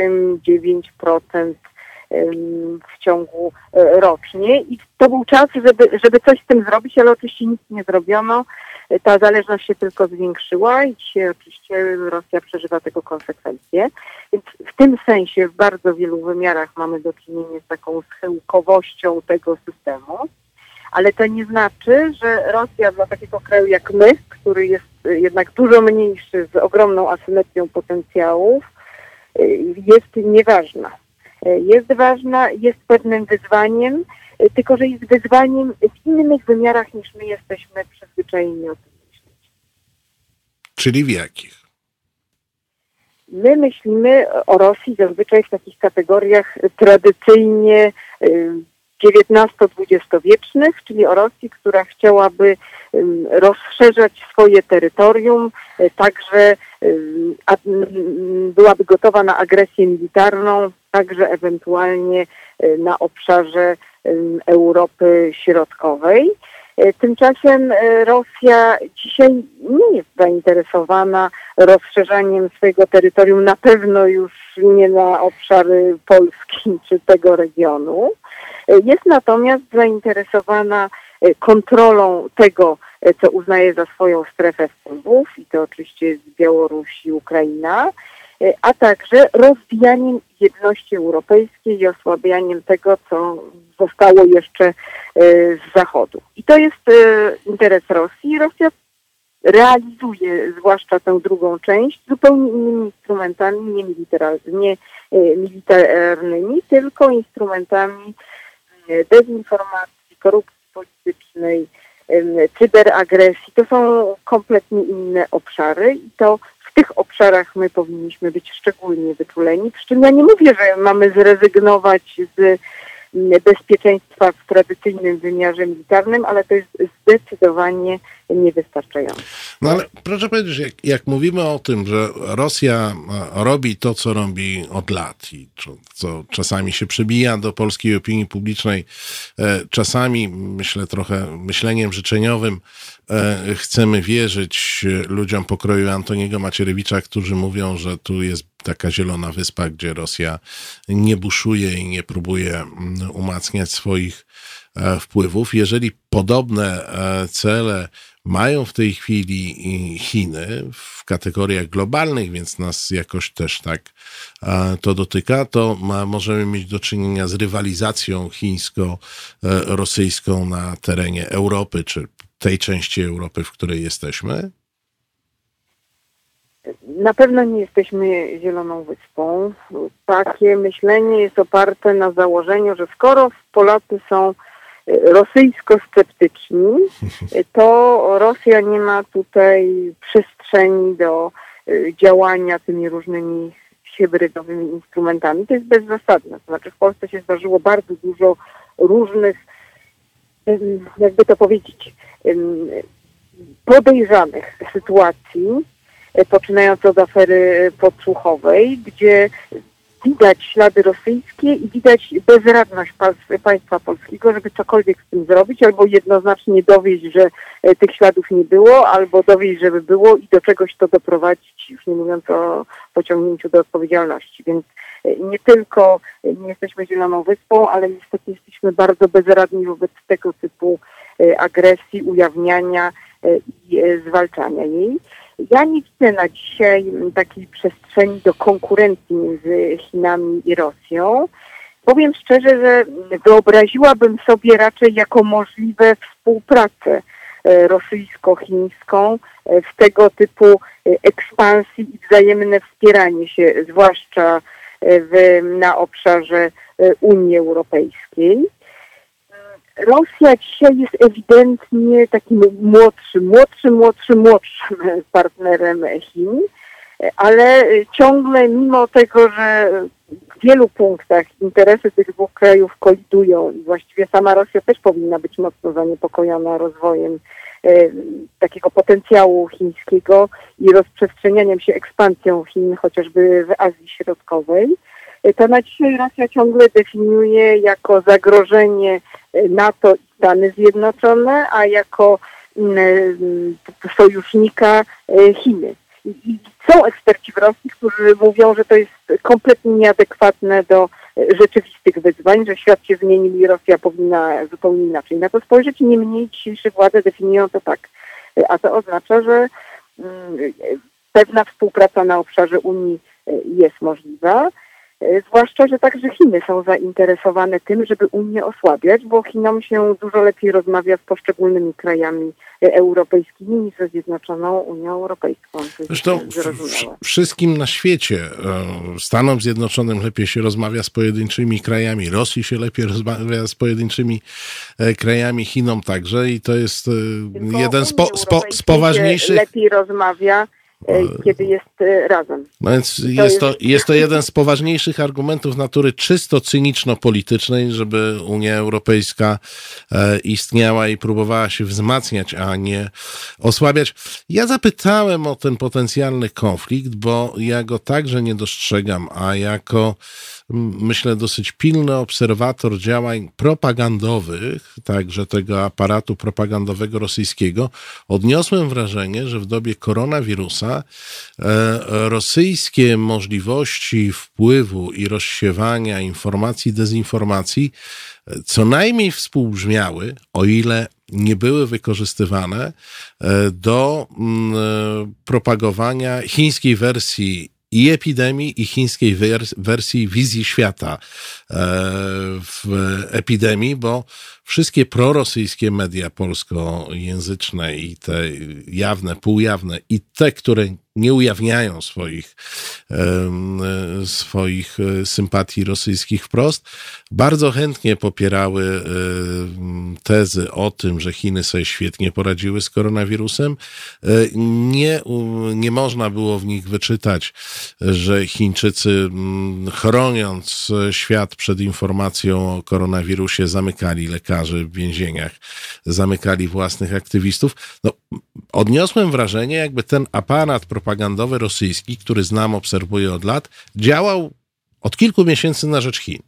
8-9% w ciągu rocznie i to był czas, żeby coś z tym zrobić, ale oczywiście nic nie zrobiono. Ta zależność się tylko zwiększyła i dzisiaj oczywiście Rosja przeżywa tego konsekwencje. Więc w tym sensie w bardzo wielu wymiarach mamy do czynienia z taką schyłkowością tego systemu, ale to nie znaczy, że Rosja dla takiego kraju jak my, który jest jednak dużo mniejszy, z ogromną asymetrią potencjałów, jest nieważna. Jest ważna, jest pewnym wyzwaniem, tylko że jest wyzwaniem w innych wymiarach niż my jesteśmy przyzwyczajeni o tym myśleć. Czyli w jakich? My myślimy o Rosji zazwyczaj w takich kategoriach tradycyjnie XIX-XX-wiecznych, czyli o Rosji, która chciałaby rozszerzać swoje terytorium, także byłaby gotowa na agresję militarną, także ewentualnie na obszarze Europy Środkowej. Tymczasem Rosja dzisiaj nie jest zainteresowana rozszerzaniem swojego terytorium, na pewno już nie na obszary Polski czy tego regionu. Jest natomiast zainteresowana kontrolą tego, co uznaje za swoją strefę wpływów, i to oczywiście jest Białoruś i Ukraina, a także rozwijaniem jedności europejskiej i osłabianiem tego, co zostało jeszcze z Zachodu. I to jest interes Rosji. Rosja realizuje zwłaszcza tę drugą część zupełnie innymi instrumentami, nie militarnymi, tylko instrumentami dezinformacji, korupcji politycznej, cyberagresji. To są kompletnie inne obszary i to w tych obszarach my powinniśmy być szczególnie wyczuleni. Przy czym ja nie mówię, że mamy zrezygnować z bezpieczeństwa w tradycyjnym wymiarze militarnym, ale to jest zdecydowanie niewystarczające. No ale proszę powiedzieć, jak mówimy o tym, że Rosja robi to, co robi od lat i co czasami się przebija do polskiej opinii publicznej, czasami, myślę trochę myśleniem życzeniowym, chcemy wierzyć ludziom pokroju Antoniego Macierewicza, którzy mówią, że tu jest taka zielona wyspa, gdzie Rosja nie buszuje i nie próbuje umacniać swoich wpływów. Jeżeli podobne cele mają w tej chwili Chiny w kategoriach globalnych, więc nas jakoś też tak to dotyka, to możemy mieć do czynienia z rywalizacją chińsko-rosyjską na terenie Europy, czy tej części Europy, w której jesteśmy? Na pewno nie jesteśmy zieloną wyspą. Takie myślenie jest oparte na założeniu, że skoro Polacy są rosyjsko-sceptyczni, to Rosja nie ma tutaj przestrzeni do działania tymi różnymi hybrydowymi instrumentami. To jest bezzasadne. To znaczy w Polsce się zdarzyło bardzo dużo różnych, jakby to powiedzieć, podejrzanych sytuacji, poczynając od afery podsłuchowej, gdzie widać ślady rosyjskie i widać bezradność państwa polskiego, żeby cokolwiek z tym zrobić, albo jednoznacznie dowieść, że tych śladów nie było, albo dowieść, żeby było i do czegoś to doprowadzić, już nie mówiąc o pociągnięciu do odpowiedzialności. Więc nie tylko nie jesteśmy zieloną wyspą, ale niestety jesteśmy bardzo bezradni wobec tego typu agresji, ujawniania i zwalczania jej. Ja nie widzę na dzisiaj takiej przestrzeni do konkurencji między Chinami i Rosją. Powiem szczerze, że wyobraziłabym sobie raczej jako możliwe współpracę rosyjsko-chińską w tego typu ekspansji i wzajemne wspieranie się, zwłaszcza na obszarze Unii Europejskiej. Rosja dzisiaj jest ewidentnie takim młodszym partnerem Chin, ale ciągle mimo tego, że w wielu punktach interesy tych dwóch krajów kolidują i właściwie sama Rosja też powinna być mocno zaniepokojona rozwojem takiego potencjału chińskiego i rozprzestrzenianiem się, ekspansją Chin chociażby w Azji Środkowej, to na dzisiaj Rosja ciągle definiuje jako zagrożenie NATO i Stany Zjednoczone, a jako sojusznika Chiny. I są eksperci w Rosji, którzy mówią, że to jest kompletnie nieadekwatne do rzeczywistych wyzwań, że świat się zmienił i Rosja powinna zupełnie inaczej na to spojrzeć. Niemniej dzisiejsze władze definiują to tak. A to oznacza, że pewna współpraca na obszarze Unii jest możliwa. Zwłaszcza, że także Chiny są zainteresowane tym, żeby Unię osłabiać, bo Chinom się dużo lepiej rozmawia z poszczególnymi krajami europejskimi niż ze Zjednoczoną Unią Europejską. Zresztą wszystkim na świecie, Stanom Zjednoczonym lepiej się rozmawia z pojedynczymi krajami, Rosji się lepiej rozmawia z pojedynczymi krajami, Chinom także i to jest tylko jeden z poważniejszych... lepiej rozmawia, kiedy jest razem. No więc jest to jeden z poważniejszych argumentów natury czysto cyniczno-politycznej, żeby Unia Europejska istniała i próbowała się wzmacniać, a nie osłabiać. Ja zapytałem o ten potencjalny konflikt, bo ja go także nie dostrzegam, a jako myślę dosyć pilny obserwator działań propagandowych, także tego aparatu propagandowego rosyjskiego, odniosłem wrażenie, że w dobie koronawirusa rosyjskie możliwości wpływu i rozsiewania informacji, dezinformacji co najmniej współbrzmiały, o ile nie były wykorzystywane do propagowania chińskiej wersji i epidemii, i chińskiej wersji wizji świata w epidemii, bo wszystkie prorosyjskie media polskojęzyczne i te jawne, półjawne i te, które nie ujawniają swoich sympatii rosyjskich wprost, bardzo chętnie popierały tezy o tym, że Chiny sobie świetnie poradziły z koronawirusem. Nie można było w nich wyczytać, że Chińczycy, chroniąc świat przed informacją o koronawirusie, zamykali lekarzy w więzieniach, zamykali własnych aktywistów. No, odniosłem wrażenie, jakby ten aparat propagandowy rosyjski, który znam, obserwuję od lat, działał od kilku miesięcy na rzecz Chin.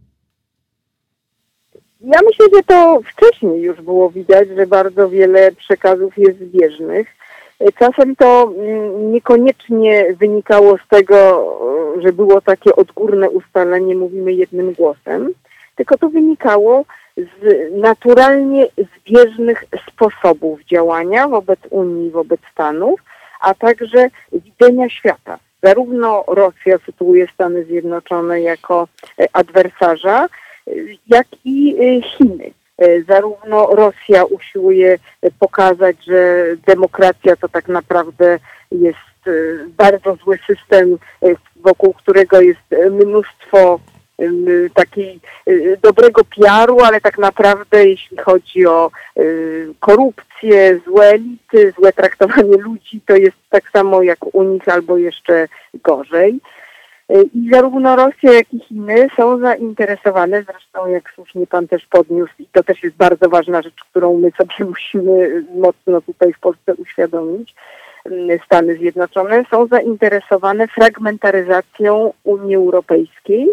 Ja myślę, że to wcześniej już było widać, że bardzo wiele przekazów jest zbieżnych. Czasem to niekoniecznie wynikało z tego, że było takie odgórne ustalenie, mówimy jednym głosem, tylko to wynikało z naturalnie zbieżnych sposobów działania wobec Unii, wobec Stanów, a także widzenia świata. Zarówno Rosja sytuuje Stany Zjednoczone jako adwersarza, jak i Chiny. Zarówno Rosja usiłuje pokazać, że demokracja to tak naprawdę jest bardzo zły system, wokół którego jest mnóstwo takiej dobrego PR-u, ale tak naprawdę jeśli chodzi o korupcję, złe elity, złe traktowanie ludzi, to jest tak samo jak u nich albo jeszcze gorzej. I zarówno Rosja, jak i Chiny są zainteresowane, zresztą jak słusznie pan też podniósł, i to też jest bardzo ważna rzecz, którą my sobie musimy mocno tutaj w Polsce uświadomić, Stany Zjednoczone są zainteresowane fragmentaryzacją Unii Europejskiej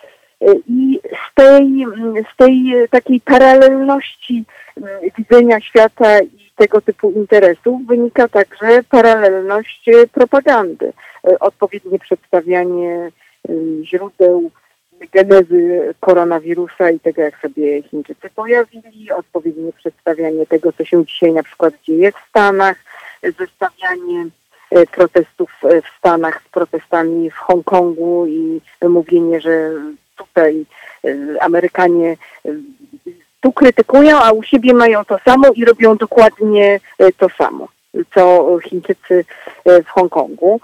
i z tej takiej paralelności widzenia świata i tego typu interesów wynika także paralelność propagandy. Odpowiednie przedstawianie źródeł genezy koronawirusa i tego, jak sobie Chińczycy pojawili, odpowiednie przedstawianie tego, co się dzisiaj na przykład dzieje w Stanach, zestawianie protestów w Stanach z protestami w Hongkongu i mówienie, że tutaj Amerykanie tu krytykują, a u siebie mają to samo i robią dokładnie to samo, co Chińczycy w Hongkongu.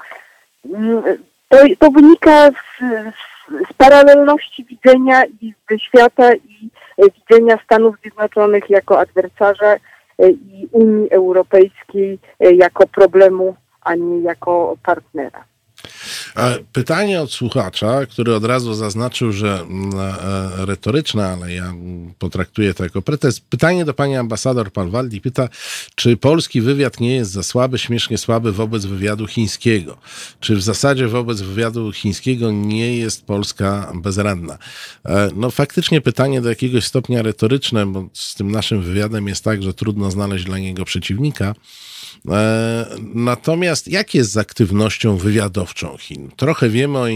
To wynika z paralelności widzenia i ze świata i widzenia Stanów Zjednoczonych jako adwersarza i Unii Europejskiej jako problemu, a nie jako partnera. Pytanie od słuchacza, który od razu zaznaczył, że retoryczne, ale ja potraktuję to jako pretest. Pytanie do pani ambasador Palwaldi pyta, czy polski wywiad nie jest za słaby, śmiesznie słaby wobec wywiadu chińskiego? Czy w zasadzie wobec wywiadu chińskiego nie jest Polska bezradna? No faktycznie pytanie do jakiegoś stopnia retoryczne, bo z tym naszym wywiadem jest tak, że trudno znaleźć dla niego przeciwnika. Natomiast jak jest z aktywnością wywiadowczą Chin? Trochę wiemy o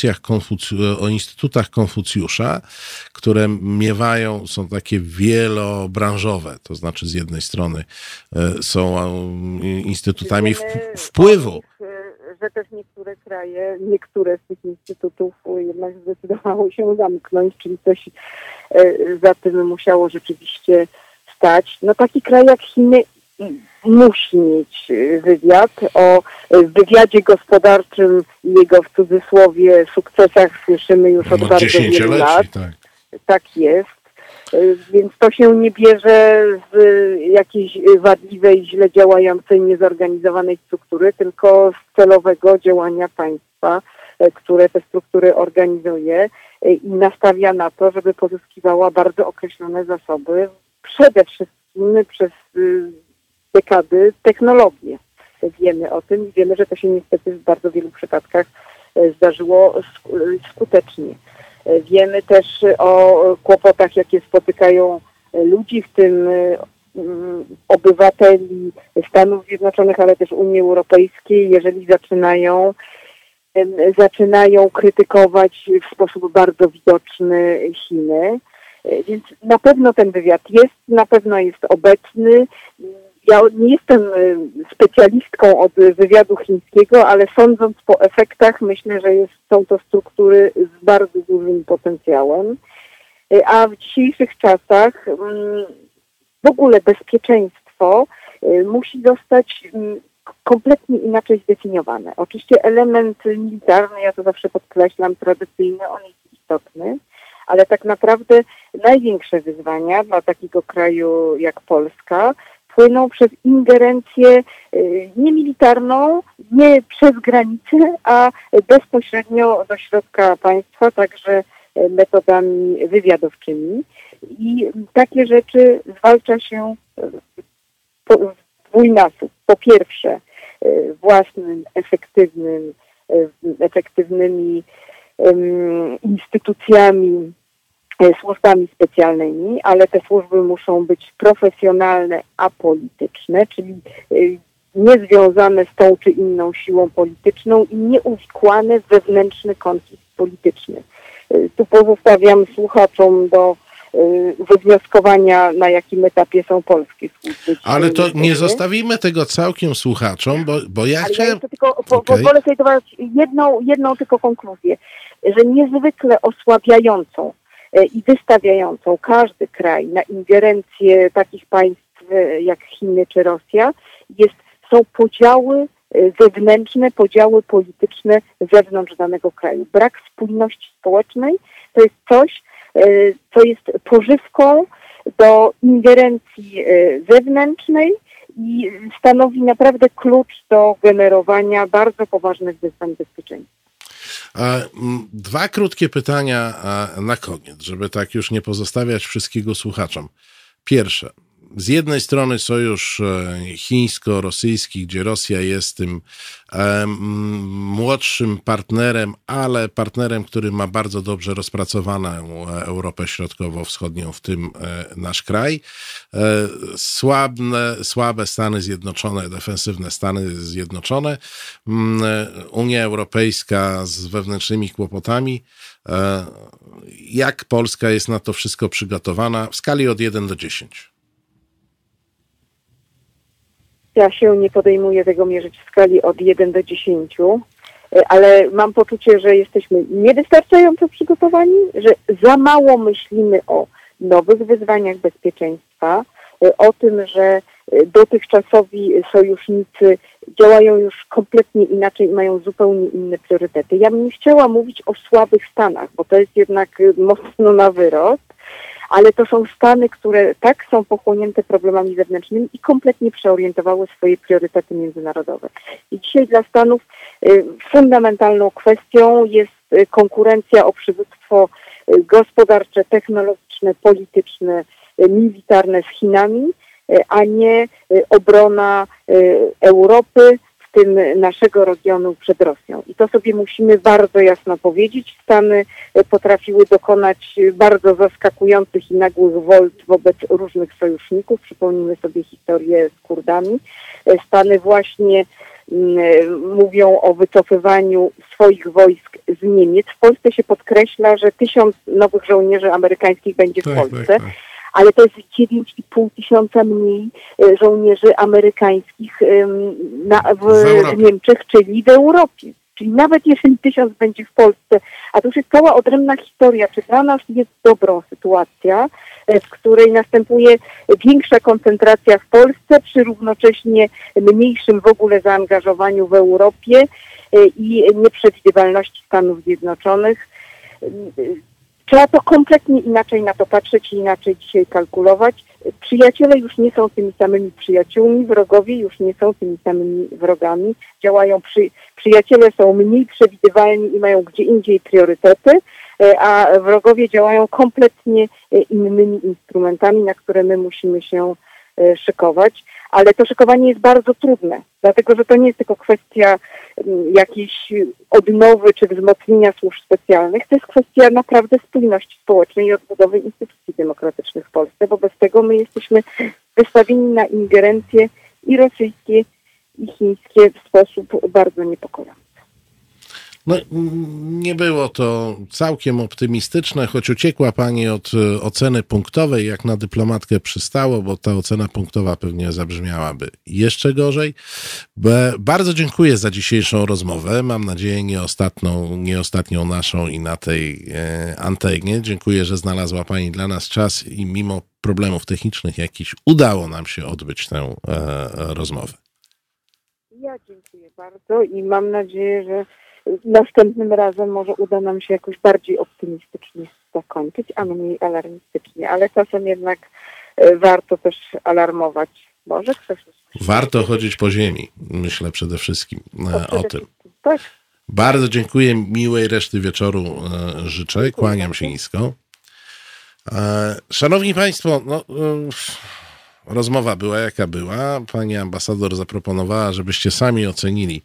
instytutach Konfucjusza, które są takie wielobranżowe, to znaczy z jednej strony są instytutami wpływu. Że też niektóre z tych instytutów jednak zdecydowało się zamknąć, czyli coś za tym musiało rzeczywiście stać. No taki kraj jak Chiny musi mieć wywiad. O wywiadzie gospodarczym i jego w cudzysłowie sukcesach słyszymy już od bardzo wielu lat. Tak jest. Więc to się nie bierze z jakiejś wadliwej, źle działającej, niezorganizowanej struktury, tylko z celowego działania państwa, które te struktury organizuje i nastawia na to, żeby pozyskiwała bardzo określone zasoby, przede wszystkim przez dekady technologię. Wiemy o tym i wiemy, że to się niestety w bardzo wielu przypadkach zdarzyło skutecznie. Wiemy też o kłopotach, jakie spotykają ludzi, w tym obywateli Stanów Zjednoczonych, ale też Unii Europejskiej, jeżeli zaczynają krytykować w sposób bardzo widoczny Chiny. Więc na pewno ten wywiad jest, na pewno jest obecny. Ja nie jestem specjalistką od wywiadu chińskiego, ale sądząc po efektach, myślę, że są to struktury z bardzo dużym potencjałem. A w dzisiejszych czasach w ogóle bezpieczeństwo musi zostać kompletnie inaczej zdefiniowane. Oczywiście element militarny, ja to zawsze podkreślam, tradycyjny, on jest istotny, ale tak naprawdę największe wyzwania dla takiego kraju jak Polska płyną przez ingerencję nie militarną, nie przez granicę, a bezpośrednio do środka państwa, także metodami wywiadowczymi. I takie rzeczy zwalcza się w dwójnasób. Po pierwsze, własnym, efektywnymi instytucjami, służbami specjalnymi, ale te służby muszą być profesjonalne, apolityczne, czyli niezwiązane z tą czy inną siłą polityczną i nieuwikłane w wewnętrzny konflikt polityczny. Tu pozostawiam słuchaczom do wywnioskowania, na jakim etapie są polskie służby. Ale to nie zostawimy tego całkiem słuchaczom, bo ja chciałem... Ja tylko pozwolę sobie dodać jedną tylko konkluzję, że niezwykle osłabiającą i wystawiającą każdy kraj na ingerencję takich państw jak Chiny czy Rosja są podziały wewnętrzne, podziały polityczne wewnątrz danego kraju. Brak spójności społecznej to jest coś, co jest pożywką do ingerencji zewnętrznej i stanowi naprawdę klucz do generowania bardzo poważnych wyzwań bezpieczeństwa. Dwa krótkie pytania na koniec, żeby tak już nie pozostawiać wszystkiego słuchaczom. Pierwsze. Z jednej strony sojusz chińsko-rosyjski, gdzie Rosja jest tym młodszym partnerem, ale partnerem, który ma bardzo dobrze rozpracowaną Europę Środkowo-Wschodnią, w tym nasz kraj. Słabe Stany Zjednoczone, defensywne Stany Zjednoczone. Unia Europejska z wewnętrznymi kłopotami. Jak Polska jest na to wszystko przygotowana w skali od 1 do 10? Ja się nie podejmuję tego mierzyć w skali od 1 do 10, ale mam poczucie, że jesteśmy niewystarczająco przygotowani, że za mało myślimy o nowych wyzwaniach bezpieczeństwa, o tym, że dotychczasowi sojusznicy działają już kompletnie inaczej i mają zupełnie inne priorytety. Ja bym nie chciała mówić o słabych Stanach, bo to jest jednak mocno na wyrost, ale to są Stany, które tak są pochłonięte problemami zewnętrznymi i kompletnie przeorientowały swoje priorytety międzynarodowe. I dzisiaj dla Stanów fundamentalną kwestią jest konkurencja o przywództwo gospodarcze, technologiczne, polityczne, militarne z Chinami, a nie obrona Europy, w tym naszego regionu przed Rosją. I to sobie musimy bardzo jasno powiedzieć. Stany potrafiły dokonać bardzo zaskakujących i nagłych wolt wobec różnych sojuszników. Przypomnijmy sobie historię z Kurdami. Stany właśnie mówią o wycofywaniu swoich wojsk z Niemiec. W Polsce się podkreśla, że 1000 nowych żołnierzy amerykańskich będzie w Polsce. Tak. Ale to jest 9,5 tysiąca mniej żołnierzy amerykańskich w Niemczech, czyli w Europie. Czyli nawet jeżeli 1000 będzie w Polsce, a to już jest cała odrębna historia, czy dla nas jest dobrą sytuacja, w której następuje większa koncentracja w Polsce przy równocześnie mniejszym w ogóle zaangażowaniu w Europie i nieprzewidywalności Stanów Zjednoczonych. Trzeba to kompletnie inaczej na to patrzeć i inaczej dzisiaj kalkulować. Przyjaciele już nie są tymi samymi przyjaciółmi, wrogowie już nie są tymi samymi wrogami. Przyjaciele są mniej przewidywalni i mają gdzie indziej priorytety, a wrogowie działają kompletnie innymi instrumentami, na które my musimy się szykować. Ale to szykowanie jest bardzo trudne, dlatego że to nie jest tylko kwestia jakiejś odnowy czy wzmocnienia służb specjalnych, to jest kwestia naprawdę spójności społecznej i odbudowy instytucji demokratycznych w Polsce. Wobec tego my jesteśmy wystawieni na ingerencje i rosyjskie, i chińskie w sposób bardzo niepokojący. No, nie było to całkiem optymistyczne, choć uciekła Pani od oceny punktowej, jak na dyplomatkę przystało, bo ta ocena punktowa pewnie zabrzmiałaby jeszcze gorzej. Bardzo dziękuję za dzisiejszą rozmowę. Mam nadzieję nie ostatnią naszą i na tej antenie. Dziękuję, że znalazła Pani dla nas czas i mimo problemów technicznych jakichś udało nam się odbyć tę rozmowę. Ja dziękuję bardzo i mam nadzieję, że następnym razem może uda nam się jakoś bardziej optymistycznie zakończyć, a mniej alarmistycznie, ale czasem jednak warto też alarmować. Może ktoś... Warto chodzić po ziemi, myślę przede wszystkim o tym. Tak. Bardzo dziękuję, miłej reszty wieczoru życzę, kłaniam się nisko. Szanowni Państwo, rozmowa była jaka była. Pani ambasador zaproponowała, żebyście sami ocenili.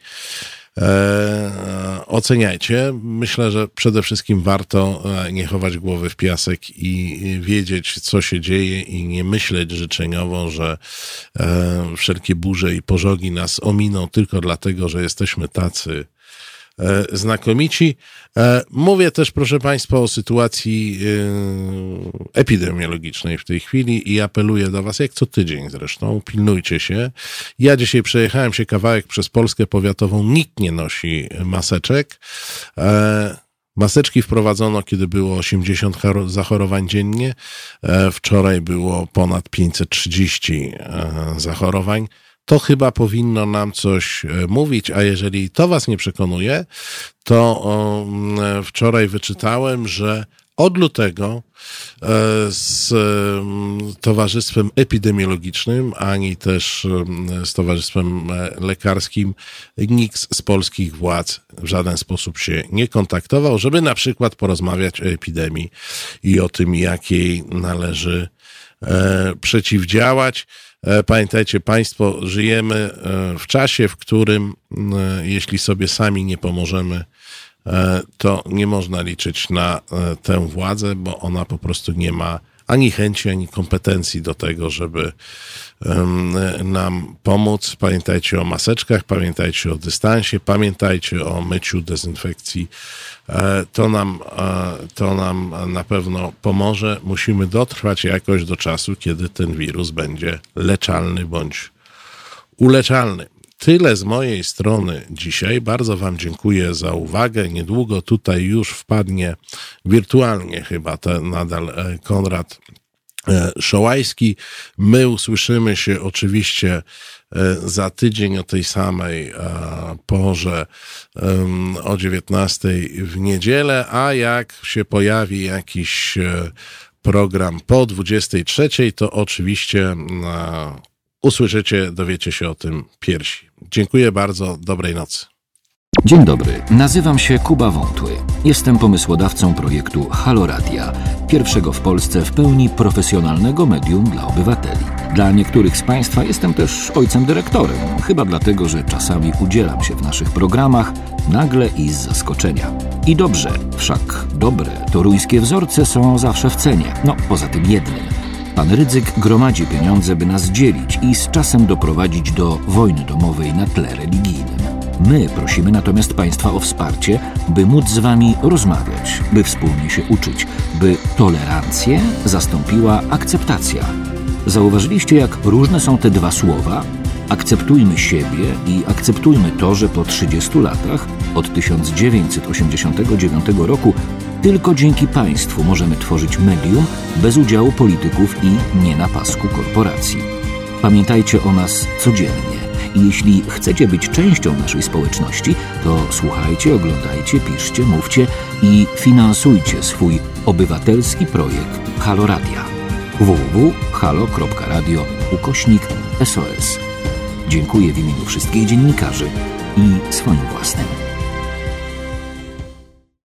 Oceniajcie. Myślę, że przede wszystkim warto nie chować głowy w piasek i wiedzieć, co się dzieje i nie myśleć życzeniowo, że wszelkie burze i pożogi nas ominą tylko dlatego, że jesteśmy tacy znakomici. Mówię też, proszę Państwa, o sytuacji epidemiologicznej w tej chwili i apeluję do Was, jak co tydzień zresztą, pilnujcie się. Ja dzisiaj przejechałem się kawałek przez Polskę powiatową, nikt nie nosi maseczek. Maseczki wprowadzono, kiedy było 80 zachorowań dziennie. Wczoraj było ponad 530 zachorowań. To chyba powinno nam coś mówić, a jeżeli to Was nie przekonuje, to wczoraj wyczytałem, że od lutego z Towarzystwem Epidemiologicznym, ani też z Towarzystwem Lekarskim nikt z polskich władz w żaden sposób się nie kontaktował, żeby na przykład porozmawiać o epidemii i o tym, jak jej należy przeciwdziałać. Pamiętajcie Państwo, żyjemy w czasie, w którym jeśli sobie sami nie pomożemy, to nie można liczyć na tę władzę, bo ona po prostu nie ma ani chęci, ani kompetencji do tego, żeby nam pomóc. Pamiętajcie o maseczkach, pamiętajcie o dystansie, pamiętajcie o myciu, dezynfekcji. To nam na pewno pomoże. Musimy dotrwać jakoś do czasu, kiedy ten wirus będzie leczalny bądź uleczalny. Tyle z mojej strony dzisiaj. Bardzo Wam dziękuję za uwagę. Niedługo tutaj już wpadnie wirtualnie chyba nadal Konrad Szołajski. My usłyszymy się oczywiście za tydzień o tej samej porze o 19 w niedzielę, a jak się pojawi jakiś program po 23, to oczywiście usłyszycie, dowiecie się o tym pierwsi. Dziękuję bardzo, dobrej nocy. Dzień dobry, nazywam się Kuba Wątły. Jestem pomysłodawcą projektu Halo Radia, pierwszego w Polsce w pełni profesjonalnego medium dla obywateli. Dla niektórych z Państwa jestem też ojcem dyrektorem, chyba dlatego, że czasami udzielam się w naszych programach nagle i z zaskoczenia. I dobrze, wszak dobre toruńskie wzorce są zawsze w cenie, poza tym jednym. Pan Rydzyk gromadzi pieniądze, by nas dzielić i z czasem doprowadzić do wojny domowej na tle religijnym. My prosimy natomiast Państwa o wsparcie, by móc z Wami rozmawiać, by wspólnie się uczyć, by tolerancję zastąpiła akceptacja. Zauważyliście, jak różne są te dwa słowa? Akceptujmy siebie i akceptujmy to, że po 30 latach, od 1989 roku, tylko dzięki państwu możemy tworzyć medium bez udziału polityków i nie na pasku korporacji. Pamiętajcie o nas codziennie i jeśli chcecie być częścią naszej społeczności, to słuchajcie, oglądajcie, piszcie, mówcie i finansujcie swój obywatelski projekt Halo Radia. www.halo.radio/SOS. Dziękuję w imieniu wszystkich dziennikarzy i swoim własnym.